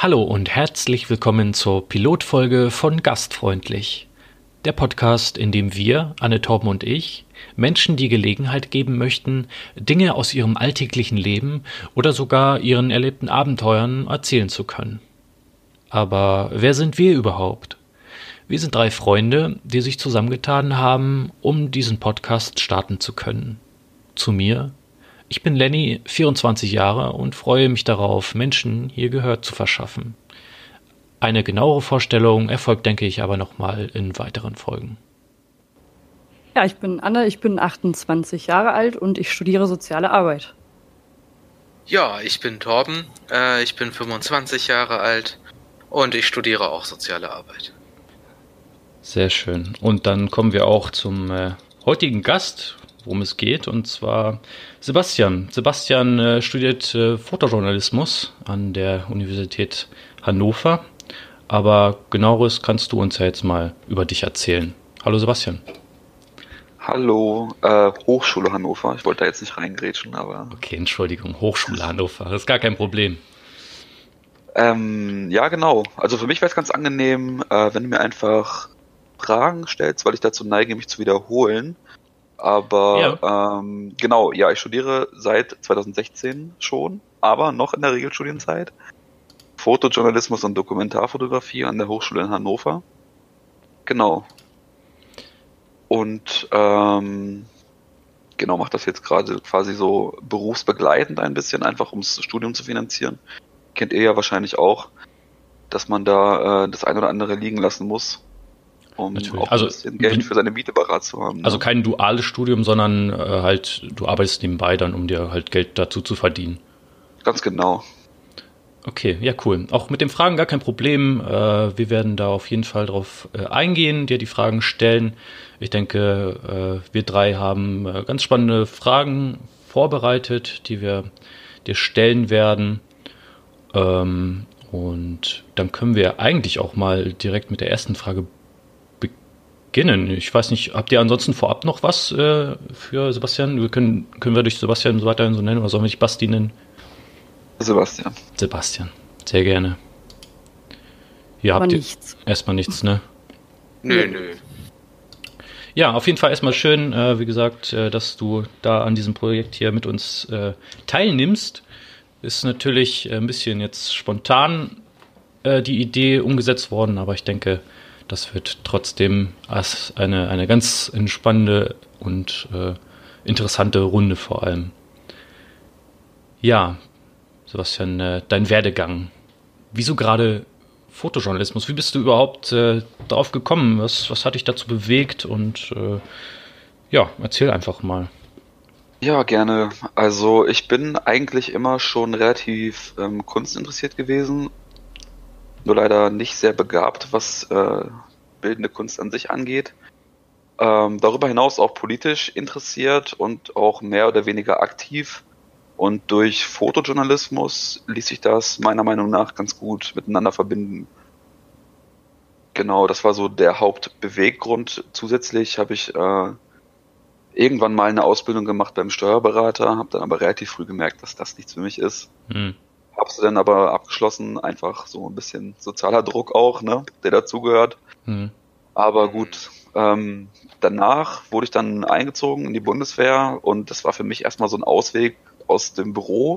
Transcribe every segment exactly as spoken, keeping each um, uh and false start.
Hallo und herzlich willkommen zur Pilotfolge von Gastfreundlich. Der Podcast, in dem wir, Anne, Torben und ich, Menschen die Gelegenheit geben möchten, Dinge aus ihrem alltäglichen Leben oder sogar ihren erlebten Abenteuern erzählen zu können. Aber wer sind wir überhaupt? Wir sind drei Freunde, die sich zusammengetan haben, um diesen Podcast starten zu können. Zu mir: Ich bin Lenny, vierundzwanzig Jahre und freue mich darauf, Menschen hier Gehör zu verschaffen. Eine genauere Vorstellung erfolgt, denke ich, aber nochmal in weiteren Folgen. Ja, ich bin Anne, ich bin achtundzwanzig Jahre alt und ich studiere Soziale Arbeit. Ja, ich bin Torben, äh, ich bin fünfundzwanzig Jahre alt und ich studiere auch Soziale Arbeit. Sehr schön. Und dann kommen wir auch zum äh, heutigen Gast, worum es geht, und zwar Sebastian. Sebastian äh, studiert äh, Fotojournalismus an der Universität Hannover, aber genaueres kannst du uns ja jetzt mal über dich erzählen. Hallo Sebastian. Hallo, äh, Hochschule Hannover. Ich wollte da jetzt nicht reingrätschen, aber... Okay, Entschuldigung, Hochschule Hannover, das ist gar kein Problem. Ähm, ja, genau. Also für mich wäre es ganz angenehm, äh, wenn du mir einfach Fragen stellst, weil ich dazu neige, mich zu wiederholen. Aber ja. ähm, genau, ja, ich studiere seit zweitausendsechzehn schon, aber noch in der Regelstudienzeit. Fotojournalismus und Dokumentarfotografie an der Hochschule in Hannover. Genau. Und ähm, genau, mache das jetzt gerade quasi so berufsbegleitend ein bisschen, einfach um das Studium zu finanzieren. Kennt ihr ja wahrscheinlich auch, dass man da äh, das ein oder andere liegen lassen muss, um Natürlich. auch Also, ein bisschen Geld für seine Miete parat zu haben. Ne? Also kein duales Studium, sondern äh, halt, du arbeitest nebenbei dann, um dir halt Geld dazu zu verdienen. Ganz genau. Okay, ja, cool. Auch mit den Fragen gar kein Problem. Äh, wir werden da auf jeden Fall drauf äh, eingehen, dir die Fragen stellen. Ich denke, äh, wir drei haben äh, ganz spannende Fragen vorbereitet, die wir dir stellen werden. Ähm, und dann können wir eigentlich auch mal direkt mit der ersten Frage beginnen. Ich weiß nicht, habt ihr ansonsten vorab noch was äh, für Sebastian? Wir können, können wir dich Sebastian so weiterhin so nennen, oder sollen wir dich Basti nennen? Sebastian. Sebastian, sehr gerne. Ja, Aber habt ihr nichts. erstmal nichts, ne? Nö, nö. Ja, auf jeden Fall erstmal schön, äh, wie gesagt, äh, dass du da an diesem Projekt hier mit uns äh, teilnimmst. Ist natürlich ein bisschen jetzt spontan äh, die Idee umgesetzt worden, aber ich denke, das wird trotzdem als eine, eine ganz entspannende und äh, interessante Runde vor allem. Ja, Sebastian, äh, dein Werdegang. Wieso gerade Fotojournalismus? Wie bist du überhaupt äh, darauf gekommen? Was, was hat dich dazu bewegt? Und äh, ja, erzähl einfach mal. Ja, gerne. Also ich bin eigentlich immer schon relativ ähm, kunstinteressiert gewesen, nur leider nicht sehr begabt, was äh, bildende Kunst an sich angeht. Ähm, darüber hinaus auch politisch interessiert und auch mehr oder weniger aktiv. Und durch Fotojournalismus ließ sich das meiner Meinung nach ganz gut miteinander verbinden. Genau, das war so der Hauptbeweggrund. Zusätzlich habe ich äh, irgendwann mal eine Ausbildung gemacht beim Steuerberater, habe dann aber relativ früh gemerkt, dass das nichts für mich ist. Hm. Habe sie dann aber abgeschlossen, einfach so ein bisschen sozialer Druck auch, ne, der dazugehört. Hm. Aber gut, ähm, danach wurde ich dann eingezogen in die Bundeswehr und das war für mich erstmal so ein Ausweg aus dem Büro.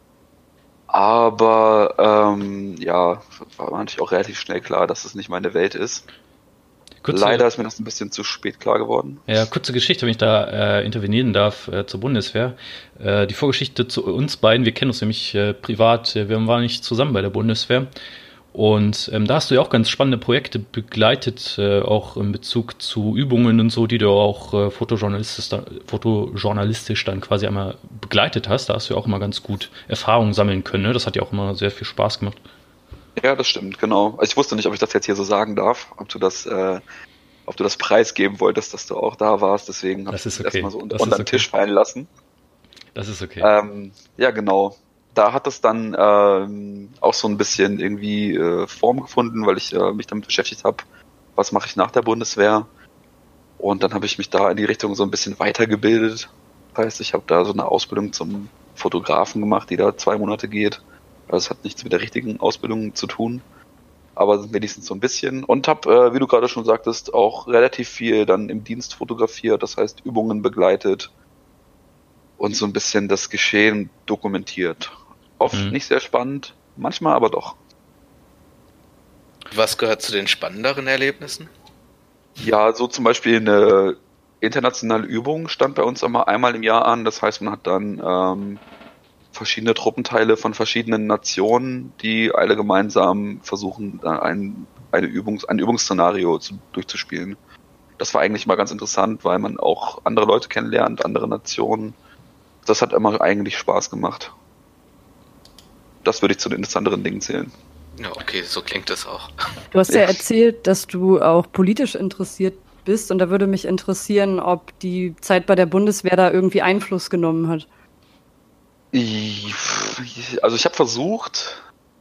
Aber ähm, ja, war natürlich auch relativ schnell klar, dass es nicht meine Welt ist. Kurze, Leider ist mir das ein bisschen zu spät klar geworden. Ja, kurze Geschichte, wenn ich da äh, intervenieren darf äh, zur Bundeswehr. Äh, die Vorgeschichte zu uns beiden, wir kennen uns nämlich äh, privat, wir waren nicht zusammen bei der Bundeswehr. Und ähm, da hast du ja auch ganz spannende Projekte begleitet, äh, auch in Bezug zu Übungen und so, die du auch äh, fotojournalistisch, fotojournalistisch dann quasi einmal begleitet hast. Da hast du ja auch immer ganz gut Erfahrungen sammeln können. Ne? Das hat ja auch immer sehr viel Spaß gemacht. Ja, das stimmt, genau. Also ich wusste nicht, ob ich das jetzt hier so sagen darf, ob du das, äh, ob du das preisgeben wolltest, dass du auch da warst. Deswegen habe ich das okay. erstmal so unter, unter den okay. Tisch fallen lassen. Das ist okay. Ähm, ja, genau. Da hat es dann ähm, auch so ein bisschen irgendwie äh, Form gefunden, weil ich äh, mich damit beschäftigt habe, was mache ich nach der Bundeswehr. Und dann habe ich mich da in die Richtung so ein bisschen weitergebildet. Das heißt, ich habe da so eine Ausbildung zum Fotografen gemacht, die da zwei Monate geht. Also es hat nichts mit der richtigen Ausbildung zu tun, aber wenigstens so ein bisschen. Und habe, äh, wie du gerade schon sagtest, auch relativ viel dann im Dienst fotografiert, das heißt Übungen begleitet und so ein bisschen das Geschehen dokumentiert. Oft Mhm. nicht sehr spannend, manchmal aber doch. Was gehört zu den spannenderen Erlebnissen? Ja, so zum Beispiel eine internationale Übung stand bei uns immer einmal im Jahr an. Das heißt, man hat dann ähm, verschiedene Truppenteile von verschiedenen Nationen, die alle gemeinsam versuchen, äh, ein, eine Übungs-, ein Übungsszenario zu, durchzuspielen. Das war eigentlich mal ganz interessant, weil man auch andere Leute kennenlernt, andere Nationen. Das hat immer eigentlich Spaß gemacht. Das würde ich zu den interessanteren Dingen zählen. Ja, okay, so klingt es auch. Du hast ja Ja. erzählt, dass du auch politisch interessiert bist und da würde mich interessieren, ob die Zeit bei der Bundeswehr da irgendwie Einfluss genommen hat. Ich- Also ich habe versucht,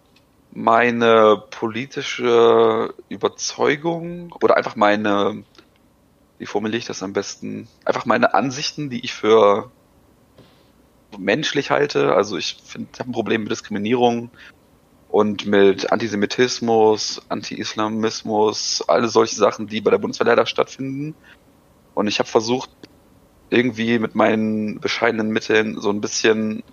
meine politische Überzeugung oder einfach meine, wie formuliere ich das am besten, einfach meine Ansichten, die ich für menschlich halte. Also ich finde, ich habe ein Problem mit Diskriminierung und mit Antisemitismus, Anti-Islamismus, alle solche Sachen, die bei der Bundeswehr leider stattfinden. Und ich habe versucht, irgendwie mit meinen bescheidenen Mitteln so ein bisschen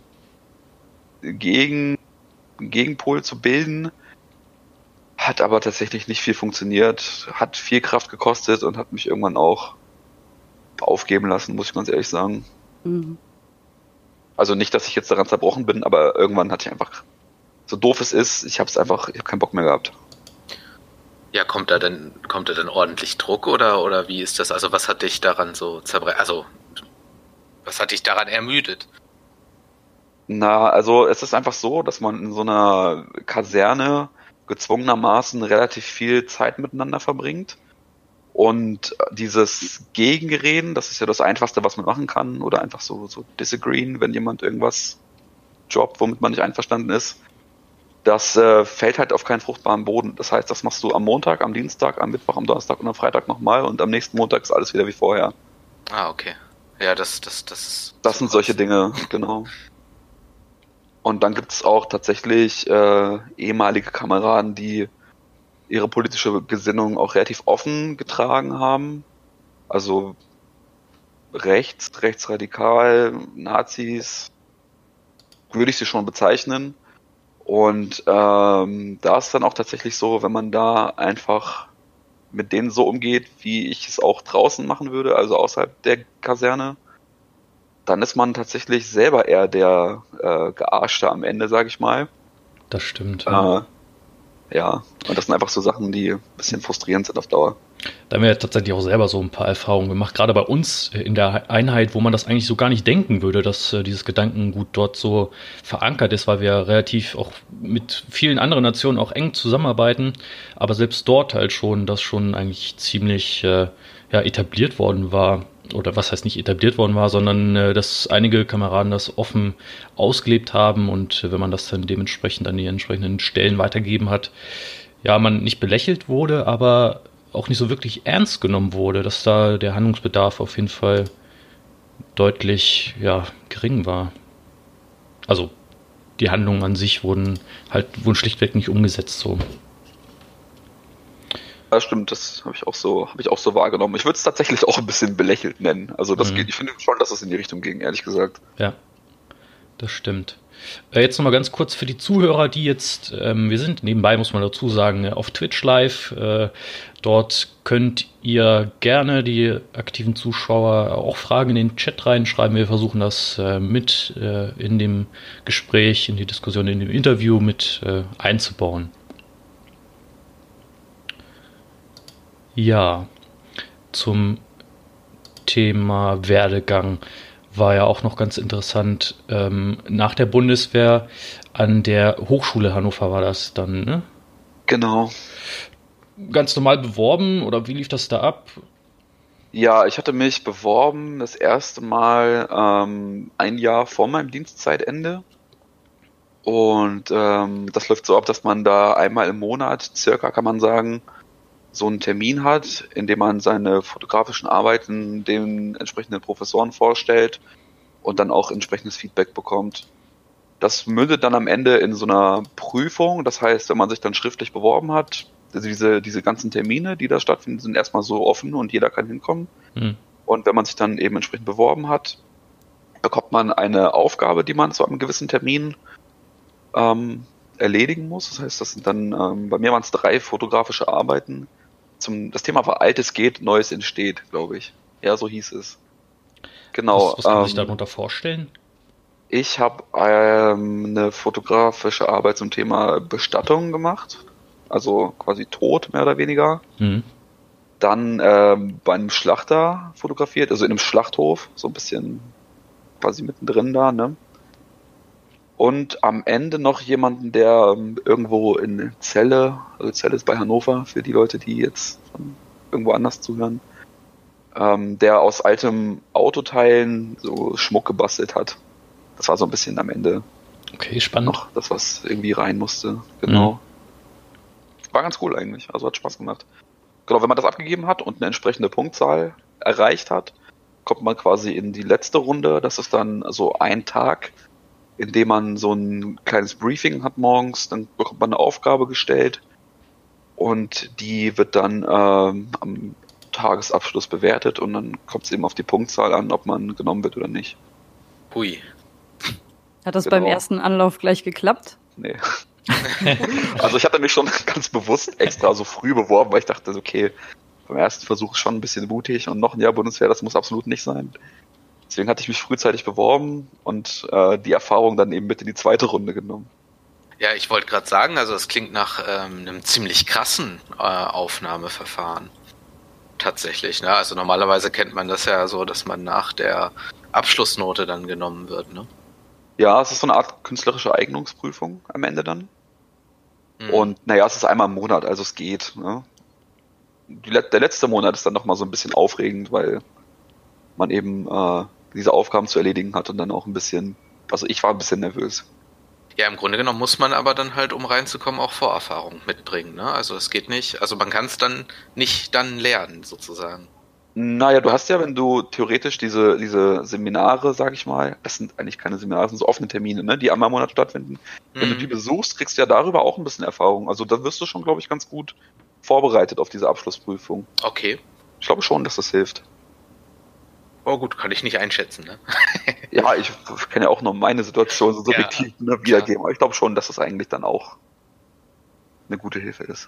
gegen Gegenpol zu bilden, hat aber tatsächlich nicht viel funktioniert, hat viel Kraft gekostet und hat mich irgendwann auch aufgeben lassen, muss ich ganz ehrlich sagen. Mhm. Also nicht, dass ich jetzt daran zerbrochen bin, aber irgendwann hatte ich einfach, so doof es ist, ich habe es einfach, ich habe keinen Bock mehr gehabt. Ja, kommt da denn, kommt da denn ordentlich Druck oder, oder wie ist das? Also was hat dich daran so zerbrechen, also was hat dich daran ermüdet? Na, also es ist einfach so, dass man in so einer Kaserne gezwungenermaßen relativ viel Zeit miteinander verbringt. Und dieses Gegenreden, das ist ja das Einfachste, was man machen kann, oder einfach so, so disagreeen, wenn jemand irgendwas jobbt, womit man nicht einverstanden ist, das äh, fällt halt auf keinen fruchtbaren Boden. Das heißt, das machst du am Montag, am Dienstag, am Mittwoch, am Donnerstag und am Freitag nochmal und am nächsten Montag ist alles wieder wie vorher. Ah, okay. Ja, das, das, das. Das sind solche Dinge, genau. Und dann gibt es auch tatsächlich äh, ehemalige Kameraden, die ihre politische Gesinnung auch relativ offen getragen haben. Also rechts, rechtsradikal, Nazis, würde ich sie schon bezeichnen. Und ähm, da ist dann auch tatsächlich so, wenn man da einfach mit denen so umgeht, wie ich es auch draußen machen würde, also außerhalb der Kaserne, dann ist man tatsächlich selber eher der äh, Gearschte am Ende, sage ich mal. Das stimmt. Ja. Äh, ja, und das sind einfach so Sachen, die ein bisschen frustrierend sind auf Dauer. Da haben wir ja tatsächlich auch selber so ein paar Erfahrungen gemacht, gerade bei uns in der Einheit, wo man das eigentlich so gar nicht denken würde, dass äh, dieses Gedankengut dort so verankert ist, weil wir relativ auch mit vielen anderen Nationen auch eng zusammenarbeiten, aber selbst dort halt schon, das schon eigentlich ziemlich äh, ja, etabliert worden war. Oder was heißt nicht etabliert worden war, sondern äh, dass einige Kameraden das offen ausgelebt haben und äh, wenn man das dann dementsprechend an die entsprechenden Stellen weitergegeben hat, ja, man nicht belächelt wurde, aber auch nicht so wirklich ernst genommen wurde, dass da der Handlungsbedarf auf jeden Fall deutlich, ja, gering war. Also die Handlungen an sich wurden halt wurden schlichtweg nicht umgesetzt so. Ja, stimmt, das habe ich auch so, habe ich auch so wahrgenommen. Ich würde es tatsächlich auch ein bisschen belächelt nennen. Also das Mhm. geht, ich finde schon, dass es in die Richtung ging, ehrlich gesagt. Ja, das stimmt. Äh, jetzt nochmal ganz kurz für die Zuhörer, die jetzt, ähm, wir sind nebenbei, muss man dazu sagen, äh, auf Twitch live. Äh, dort könnt ihr gerne die aktiven Zuschauer auch Fragen in den Chat reinschreiben. Wir versuchen das äh, mit äh, in dem Gespräch, in die Diskussion, in dem Interview mit äh, einzubauen. Ja, zum Thema Werdegang war ja auch noch ganz interessant. Ähm, nach der Bundeswehr an der Hochschule Hannover war das dann, ne? Genau. Ganz normal beworben oder wie lief das da ab? Ja, ich hatte mich beworben das erste Mal ähm, ein Jahr vor meinem Dienstzeitende. Und ähm, das läuft so ab, dass man da einmal im Monat, circa kann man sagen, so einen Termin hat, in dem man seine fotografischen Arbeiten den entsprechenden Professoren vorstellt und dann auch entsprechendes Feedback bekommt. das mündet dann am Ende in so einer Prüfung. Das heißt, wenn man sich dann schriftlich beworben hat, also diese, diese ganzen Termine, die da stattfinden, sind erstmal so offen und jeder kann hinkommen. Mhm. Und wenn man sich dann eben entsprechend beworben hat, bekommt man eine Aufgabe, die man zu einem gewissen Termin ähm, erledigen muss. Das heißt, das sind dann, ähm, bei mir waren es drei fotografische Arbeiten. Zum, das Thema war Altes geht, Neues entsteht, glaube ich. Ja, so hieß es. Genau. Was, was kann man ähm, sich darunter vorstellen? Ich habe ähm, eine fotografische Arbeit zum Thema Bestattung gemacht. Also quasi Tod, mehr oder weniger. Mhm. Dann ähm, bei einem Schlachter fotografiert, also in einem Schlachthof, so ein bisschen quasi mittendrin da, ne? Und am Ende noch jemanden, der ähm, irgendwo in Celle, also Celle ist bei Hannover, für die Leute, die jetzt von irgendwo anders zuhören, ähm, der aus altem Autoteilen so Schmuck gebastelt hat. Das war so ein bisschen am Ende okay, spannend. Noch das, was irgendwie rein musste. Genau. Mhm. War ganz cool eigentlich, also hat Spaß gemacht. Genau, wenn man das abgegeben hat und eine entsprechende Punktzahl erreicht hat, kommt man quasi in die letzte Runde. Das ist dann so ein Tag, in dem man so ein kleines Briefing hat morgens. Dann bekommt man eine Aufgabe gestellt und die wird dann ähm, am Tagesabschluss bewertet und dann kommt es eben auf die Punktzahl an, ob man genommen wird oder nicht. Hui. Hat das genau. beim ersten Anlauf gleich geklappt? Nee. Also ich hatte mich schon ganz bewusst extra so früh beworben, weil ich dachte, okay, beim ersten Versuch ist schon ein bisschen mutig und noch ein Jahr Bundeswehr, das muss absolut nicht sein. Deswegen hatte ich mich frühzeitig beworben und äh, die Erfahrung dann eben mit in die zweite Runde genommen. Ja, ich wollte gerade sagen, also es klingt nach ähm, einem ziemlich krassen äh, Aufnahmeverfahren. Tatsächlich, ne? Also normalerweise kennt man das ja so, dass man nach der Abschlussnote dann genommen wird, ne? Ja, es ist so eine Art künstlerische Eignungsprüfung am Ende dann. Mhm. Und naja, es ist einmal im Monat, also es geht. Ne? Die, der letzte Monat ist dann nochmal so ein bisschen aufregend, weil man eben äh, diese Aufgaben zu erledigen hat und dann auch ein bisschen, also ich war ein bisschen nervös. Ja, im Grunde genommen muss man aber dann halt, um reinzukommen, auch Vorerfahrung mitbringen, ne? Also es geht nicht, also man kann es dann nicht dann lernen, sozusagen. Naja, du hast ja, wenn du theoretisch diese, diese Seminare, sag ich mal, das sind eigentlich keine Seminare, das sind so offene Termine, ne, die einmal im Monat stattfinden. Wenn mhm. du die besuchst, kriegst du ja darüber auch ein bisschen Erfahrung. Also da wirst du schon, glaube ich, ganz gut vorbereitet auf diese Abschlussprüfung. Okay. Ich glaube schon, dass das hilft. Oh gut, kann ich nicht einschätzen, ne? Ja, ich kann ja auch nur meine Situation so subjektiv ja, ne, wiedergeben, aber ich glaube schon, dass das eigentlich dann auch eine gute Hilfe ist.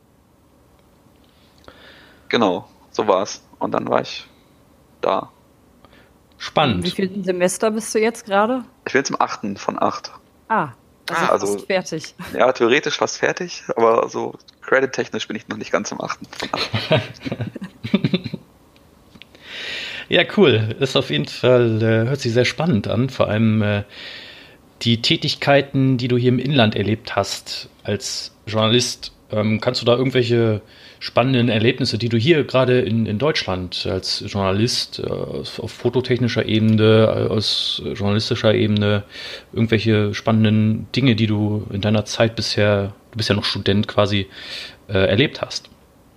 Genau, so war's. Und dann war ich da. Spannend. Wie viel Semester bist du jetzt gerade? Ich bin jetzt im achten von acht. Ah, also, ah, also fast fertig. Ja, theoretisch fast fertig, aber so credit-technisch bin ich noch nicht ganz im achten von acht. Ja, cool. Ist auf jeden Fall, äh, hört sich sehr spannend an. Vor allem äh, die Tätigkeiten, die du hier im Inland erlebt hast als Journalist. Ähm, kannst du da irgendwelche spannenden Erlebnisse, die du hier gerade in, in Deutschland als Journalist äh, auf fototechnischer Ebene, aus journalistischer Ebene, irgendwelche spannenden Dinge, die du in deiner Zeit bisher, du bist ja noch Student quasi, äh, erlebt hast?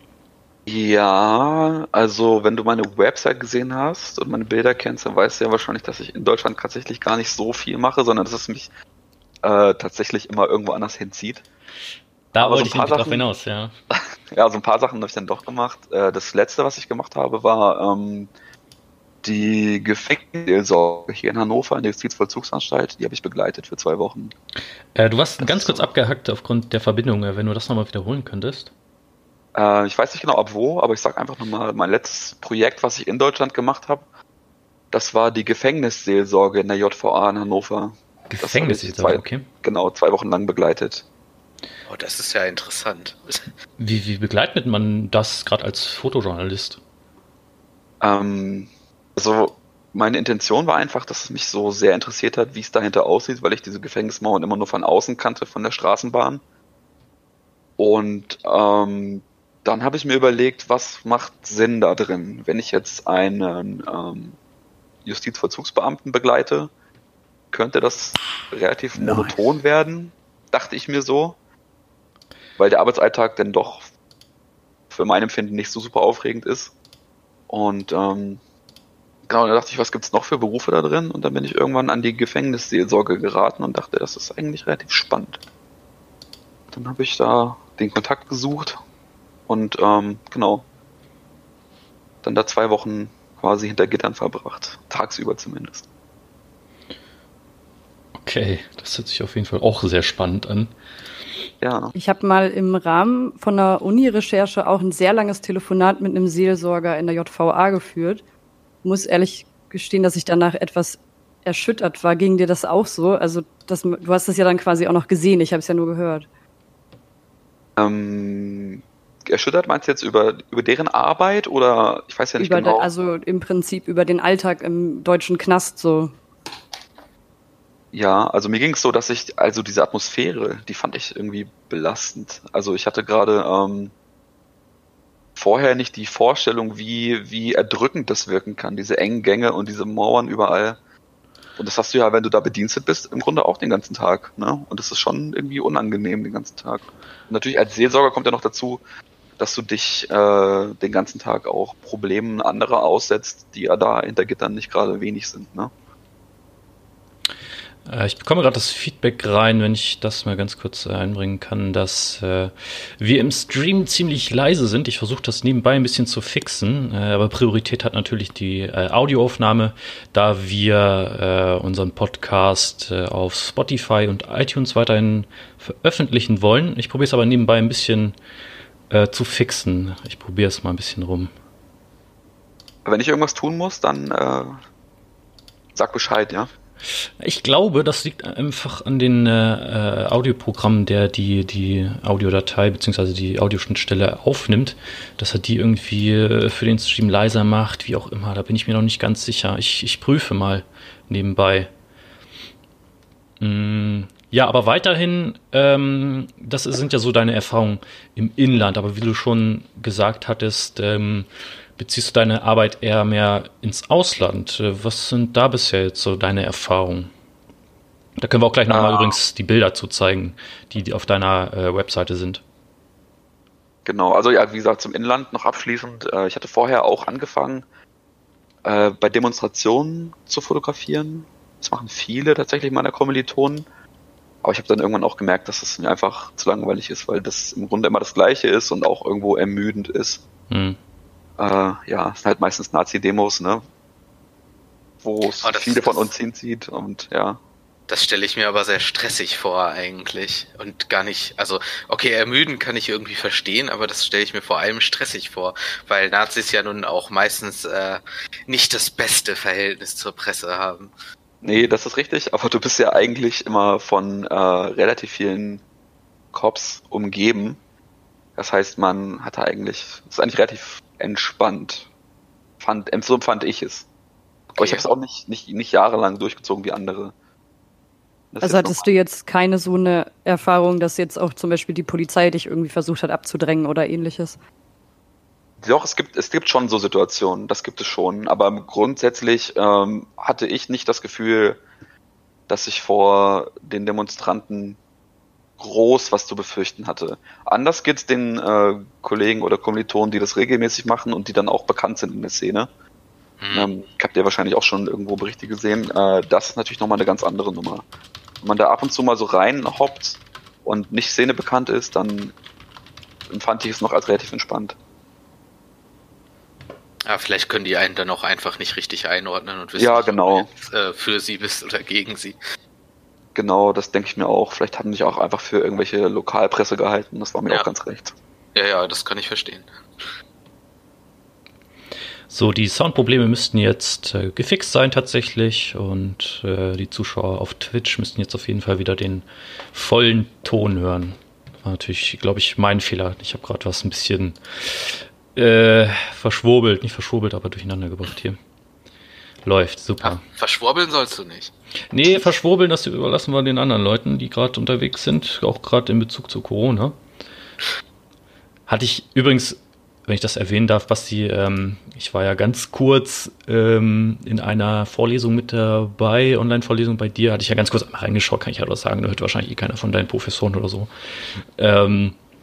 Ja, also wenn du meine Website gesehen hast und meine Bilder kennst, dann weißt du ja wahrscheinlich, dass ich in Deutschland tatsächlich gar nicht so viel mache, sondern dass es mich äh, tatsächlich immer irgendwo anders hinzieht. Da wollte ich nämlich drauf hinaus, ja. Ja, so ein paar Sachen habe ich dann doch gemacht. Das letzte, was ich gemacht habe, war ähm, die Gefängnisseelsorge hier in Hannover in der Justizvollzugsanstalt. Die habe ich begleitet für zwei Wochen. Äh, du warst das ganz kurz so abgehackt aufgrund der Verbindung, wenn du das nochmal wiederholen könntest. Äh, ich weiß nicht genau ab wo, aber ich sage einfach nochmal, mein letztes Projekt, was ich in Deutschland gemacht habe, das war die Gefängnisseelsorge in der J V A in Hannover. Gefängnisseelsorge, okay. Genau, zwei Wochen lang begleitet. Oh, das ist ja interessant. Wie, wie begleitet man das gerade als Fotojournalist? Ähm, also meine Intention war einfach, dass es mich so sehr interessiert hat, wie es dahinter aussieht, weil ich diese Gefängnismauern immer nur von außen kannte, von der Straßenbahn. Und ähm, dann habe ich mir überlegt, was macht Sinn da drin, wenn ich jetzt einen ähm, Justizvollzugsbeamten begleite, könnte das relativ nice. monoton werden, dachte ich mir so. Weil der Arbeitsalltag dann doch für mein Empfinden nicht so super aufregend ist. Und ähm, Genau, da dachte ich, was gibt's noch für Berufe da drin? Und dann bin ich irgendwann an die Gefängnisseelsorge geraten und dachte, das ist eigentlich relativ spannend. Dann habe ich da den Kontakt gesucht und ähm, genau, dann da zwei Wochen quasi hinter Gittern verbracht. Tagsüber zumindest. Okay, das hört sich auf jeden Fall auch sehr spannend an. Ja. Ich habe mal im Rahmen von einer Uni-Recherche auch ein sehr langes Telefonat mit einem Seelsorger in der J V A geführt. Muss ehrlich gestehen, dass ich danach etwas erschüttert war. Ging dir das auch so? Also das, du hast das ja dann quasi auch noch gesehen, ich habe es ja nur gehört. Ähm, erschüttert meinst du jetzt über, über deren Arbeit oder ich weiß ja nicht über genau. De, also im Prinzip über den Alltag im deutschen Knast so. Ja, also mir ging es so, dass ich, also diese Atmosphäre, die fand ich irgendwie belastend. Also ich hatte gerade ähm, vorher nicht die Vorstellung, wie, wie erdrückend das wirken kann, diese engen Gänge und diese Mauern überall. Und das hast du ja, wenn du da bedienstet bist, im Grunde auch den ganzen Tag. Ne? Und das ist schon irgendwie unangenehm den ganzen Tag. Und natürlich als Seelsorger kommt ja noch dazu, dass du dich äh, den ganzen Tag auch Problemen anderer aussetzt, die ja da hinter Gittern nicht gerade wenig sind. Ne? Ich bekomme gerade das Feedback rein, wenn ich das mal ganz kurz einbringen kann, dass äh, wir im Stream ziemlich leise sind. Ich versuche das nebenbei ein bisschen zu fixen, äh, aber Priorität hat natürlich die äh, Audioaufnahme, da wir äh, unseren Podcast äh, auf Spotify und iTunes weiterhin veröffentlichen wollen. Ich probiere es aber nebenbei ein bisschen äh, zu fixen. Ich probiere es mal ein bisschen rum. Wenn ich irgendwas tun muss, dann äh, sag Bescheid, ja? Ich glaube, das liegt einfach an den äh, Audioprogrammen, der die, die Audiodatei bzw. die Audioschnittstelle aufnimmt, dass er die irgendwie äh, für den Stream leiser macht, wie auch immer. Da bin ich mir noch nicht ganz sicher. Ich, ich prüfe mal nebenbei. Mm, ja, aber weiterhin, ähm, das sind ja so deine Erfahrungen im Inland. Aber wie du schon gesagt hattest, ähm, beziehst du deine Arbeit eher mehr ins Ausland? Was sind da bisher jetzt so deine Erfahrungen? Da können wir auch gleich nochmal ah. übrigens die Bilder zu zeigen, die, die auf deiner äh, Webseite sind. Genau, also ja, wie gesagt, zum Inland noch abschließend. Äh, ich hatte vorher auch angefangen, äh, bei Demonstrationen zu fotografieren. Das machen viele tatsächlich meiner Kommilitonen. Aber ich habe dann irgendwann auch gemerkt, dass es mir einfach zu langweilig ist, weil das im Grunde immer das Gleiche ist und auch irgendwo ermüdend ist. Hm. Äh, ja, es sind halt meistens Nazi-Demos, ne? Wo es oh, viele von uns hinzieht und ja. Das stelle ich mir aber sehr stressig vor eigentlich und gar nicht, also okay, ermüden kann ich irgendwie verstehen, aber das stelle ich mir vor allem stressig vor, weil Nazis ja nun auch meistens äh, nicht das beste Verhältnis zur Presse haben. Nee, das ist richtig, aber du bist ja eigentlich immer von äh, relativ vielen Cops umgeben. Das heißt, man hatte eigentlich, das ist eigentlich relativ entspannt. Fand, so fand ich es. Aber okay. Ich habe es auch nicht, nicht, nicht jahrelang durchgezogen wie andere. Das also hattest du jetzt keine so eine Erfahrung, dass jetzt auch zum Beispiel die Polizei dich irgendwie versucht hat abzudrängen oder ähnliches? Doch, es gibt, es gibt schon so Situationen, das gibt es schon. Aber grundsätzlich ähm, hatte ich nicht das Gefühl, dass ich vor den Demonstranten groß was zu befürchten hatte. Anders geht's den äh, Kollegen oder Kommilitonen, die das regelmäßig machen und die dann auch bekannt sind in der Szene. Hm. Ähm, ich habe ja wahrscheinlich auch schon irgendwo Berichte gesehen. Äh, das ist natürlich nochmal eine ganz andere Nummer. Wenn man da ab und zu mal so reinhoppt und nicht Szene bekannt ist, dann empfand ich es noch als relativ entspannt. Ja, vielleicht können die einen dann auch einfach nicht richtig einordnen und wissen, ja, genau. ob du jetzt, äh, für sie bist oder gegen sie. Genau, das denke ich mir auch. Vielleicht haben die sich auch einfach für irgendwelche Lokalpresse gehalten. Das war mir ja. auch ganz recht. Ja, ja, das kann ich verstehen. So, die Soundprobleme müssten jetzt äh, gefixt sein tatsächlich und äh, die Zuschauer auf Twitch müssten jetzt auf jeden Fall wieder den vollen Ton hören. War natürlich, glaube ich, mein Fehler. Ich habe gerade was ein bisschen äh, verschwurbelt, nicht verschwurbelt, aber durcheinander gebracht hier. Läuft, super. Ach, verschwurbeln sollst du nicht. Nee, verschwurbeln, das überlassen wir den anderen Leuten, die gerade unterwegs sind, auch gerade in Bezug zu Corona. Hatte ich übrigens, wenn ich das erwähnen darf, Basti, ähm, ich war ja ganz kurz ähm, in einer Vorlesung mit dabei, Online-Vorlesung bei dir, hatte ich ja ganz kurz einmal reingeschaut, kann ich ja was sagen, da hört wahrscheinlich eh keiner von deinen Professoren oder so. Ähm,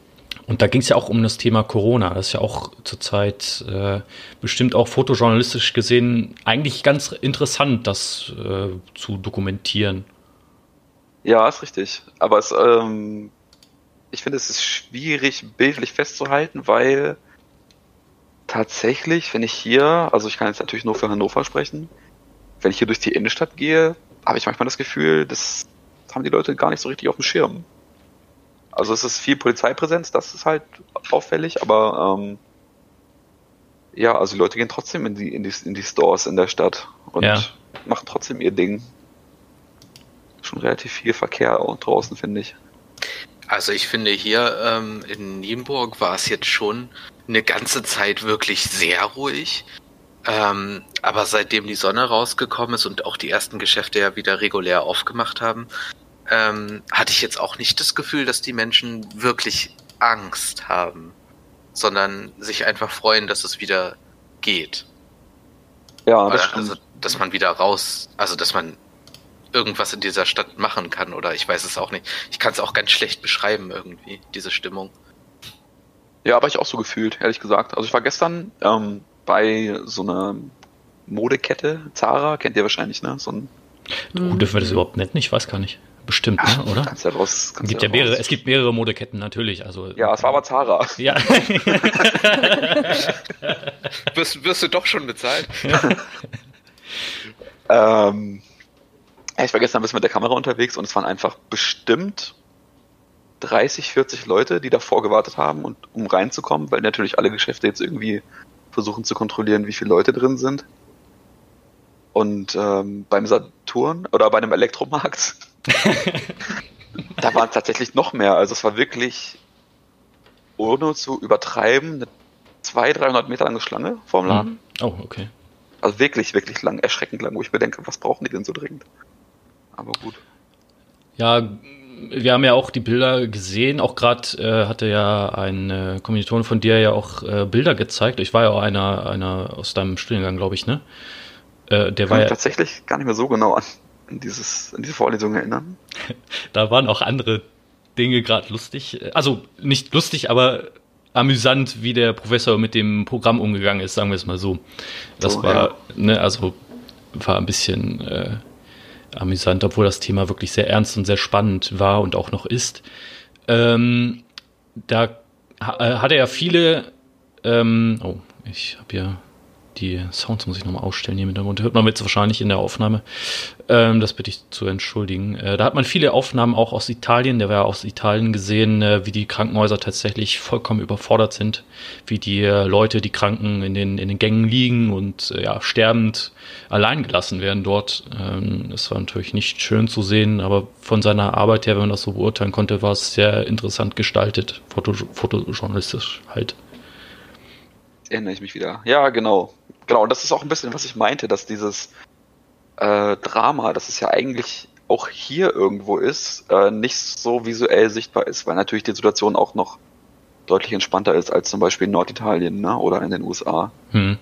Und da ging es ja auch um das Thema Corona. Das ist ja auch zurzeit äh, bestimmt auch fotojournalistisch gesehen eigentlich ganz interessant, das äh, zu dokumentieren. Ja, ist richtig. Aber es, ähm, ich finde, es ist schwierig, bildlich festzuhalten, weil tatsächlich, wenn ich hier, also ich kann jetzt natürlich nur für Hannover sprechen, wenn ich hier durch die Innenstadt gehe, habe ich manchmal das Gefühl, das haben die Leute gar nicht so richtig auf dem Schirm. Also es ist viel Polizeipräsenz, das ist halt auffällig, aber ähm, ja, also die Leute gehen trotzdem in die, in die, in die Stores in der Stadt und Ja. machen trotzdem ihr Ding. Schon relativ viel Verkehr auch draußen, finde ich. Also ich finde hier ähm, in Nienburg war es jetzt schon eine ganze Zeit wirklich sehr ruhig. Ähm, aber seitdem die Sonne rausgekommen ist und auch die ersten Geschäfte ja wieder regulär aufgemacht haben, ähm, hatte ich jetzt auch nicht das Gefühl, dass die Menschen wirklich Angst haben, sondern sich einfach freuen, dass es wieder geht. Ja, das Oder, stimmt. also, dass man wieder raus, also dass man irgendwas in dieser Stadt machen kann oder ich weiß es auch nicht. Ich kann es auch ganz schlecht beschreiben irgendwie, diese Stimmung. Ja, aber ich auch so gefühlt, ehrlich gesagt. Also ich war gestern ähm, bei so einer Modekette, Zara, kennt ihr wahrscheinlich, ne? So ein Oh, dürfen wir das überhaupt nennen? Ich weiß gar nicht. Bestimmt, ne, oder? Kannst ja raus, Es kannst gibt ja ja mehrere, raus. es gibt mehrere Modeketten natürlich. Also, Ja, es war aber Zara. ja. Wirst, wirst du doch schon bezahlt? Ähm, ja, ich war gestern ein bisschen mit der Kamera unterwegs und es waren einfach bestimmt dreißig, vierzig Leute, die davor gewartet haben, und, um reinzukommen, weil natürlich alle Geschäfte jetzt irgendwie versuchen zu kontrollieren, wie viele Leute drin sind. Und ähm, beim Saturn oder bei einem Elektromarkt, da waren es tatsächlich noch mehr. Also es war wirklich, ohne zu übertreiben, eine zweihundert, dreihundert Meter lange Schlange vorm Laden. Oh, okay. Also wirklich, wirklich lang, erschreckend lang, wo ich mir denke, was brauchen die denn so dringend? Aber gut. Ja, wir haben ja auch die Bilder gesehen. Auch gerade äh, hatte ja ein äh, Kommilitone von dir ja auch äh, Bilder gezeigt. Ich war ja auch einer, einer aus deinem Studiengang, glaube ich, ne? Äh, der Ich kann war mich ja, tatsächlich gar nicht mehr so genau an, an, dieses, an diese Vorlesung erinnern. da waren auch andere Dinge gerade lustig. Also nicht lustig, aber amüsant, wie der Professor mit dem Programm umgegangen ist, sagen wir es mal so. Das So, war, ja. ne, also war ein bisschen äh, amüsant, obwohl das Thema wirklich sehr ernst und sehr spannend war und auch noch ist. Ähm, da ha- äh, hat er ja viele, ähm, oh, ich habe ja die Sounds muss ich nochmal ausstellen hier im Hintergrund. Hört man jetzt wahrscheinlich in der Aufnahme. Ähm, das bitte ich zu entschuldigen. Äh, da hat man viele Aufnahmen auch aus Italien. Der war ja aus Italien gesehen, äh, wie die Krankenhäuser tatsächlich vollkommen überfordert sind. Wie die äh, Leute, die Kranken in den, in den Gängen liegen und äh, ja, sterbend allein gelassen werden dort. Ähm, das war natürlich nicht schön zu sehen, aber von seiner Arbeit her, wenn man das so beurteilen konnte, war es sehr interessant gestaltet. Foto, fotojournalistisch halt. Erinnere ich mich wieder. Ja, genau. Genau, und das ist auch ein bisschen, was ich meinte, dass dieses äh, Drama, das es ja eigentlich auch hier irgendwo ist, äh, nicht so visuell sichtbar ist, weil natürlich die Situation auch noch deutlich entspannter ist als zum Beispiel in Norditalien, ne, oder in den U S A. Hm.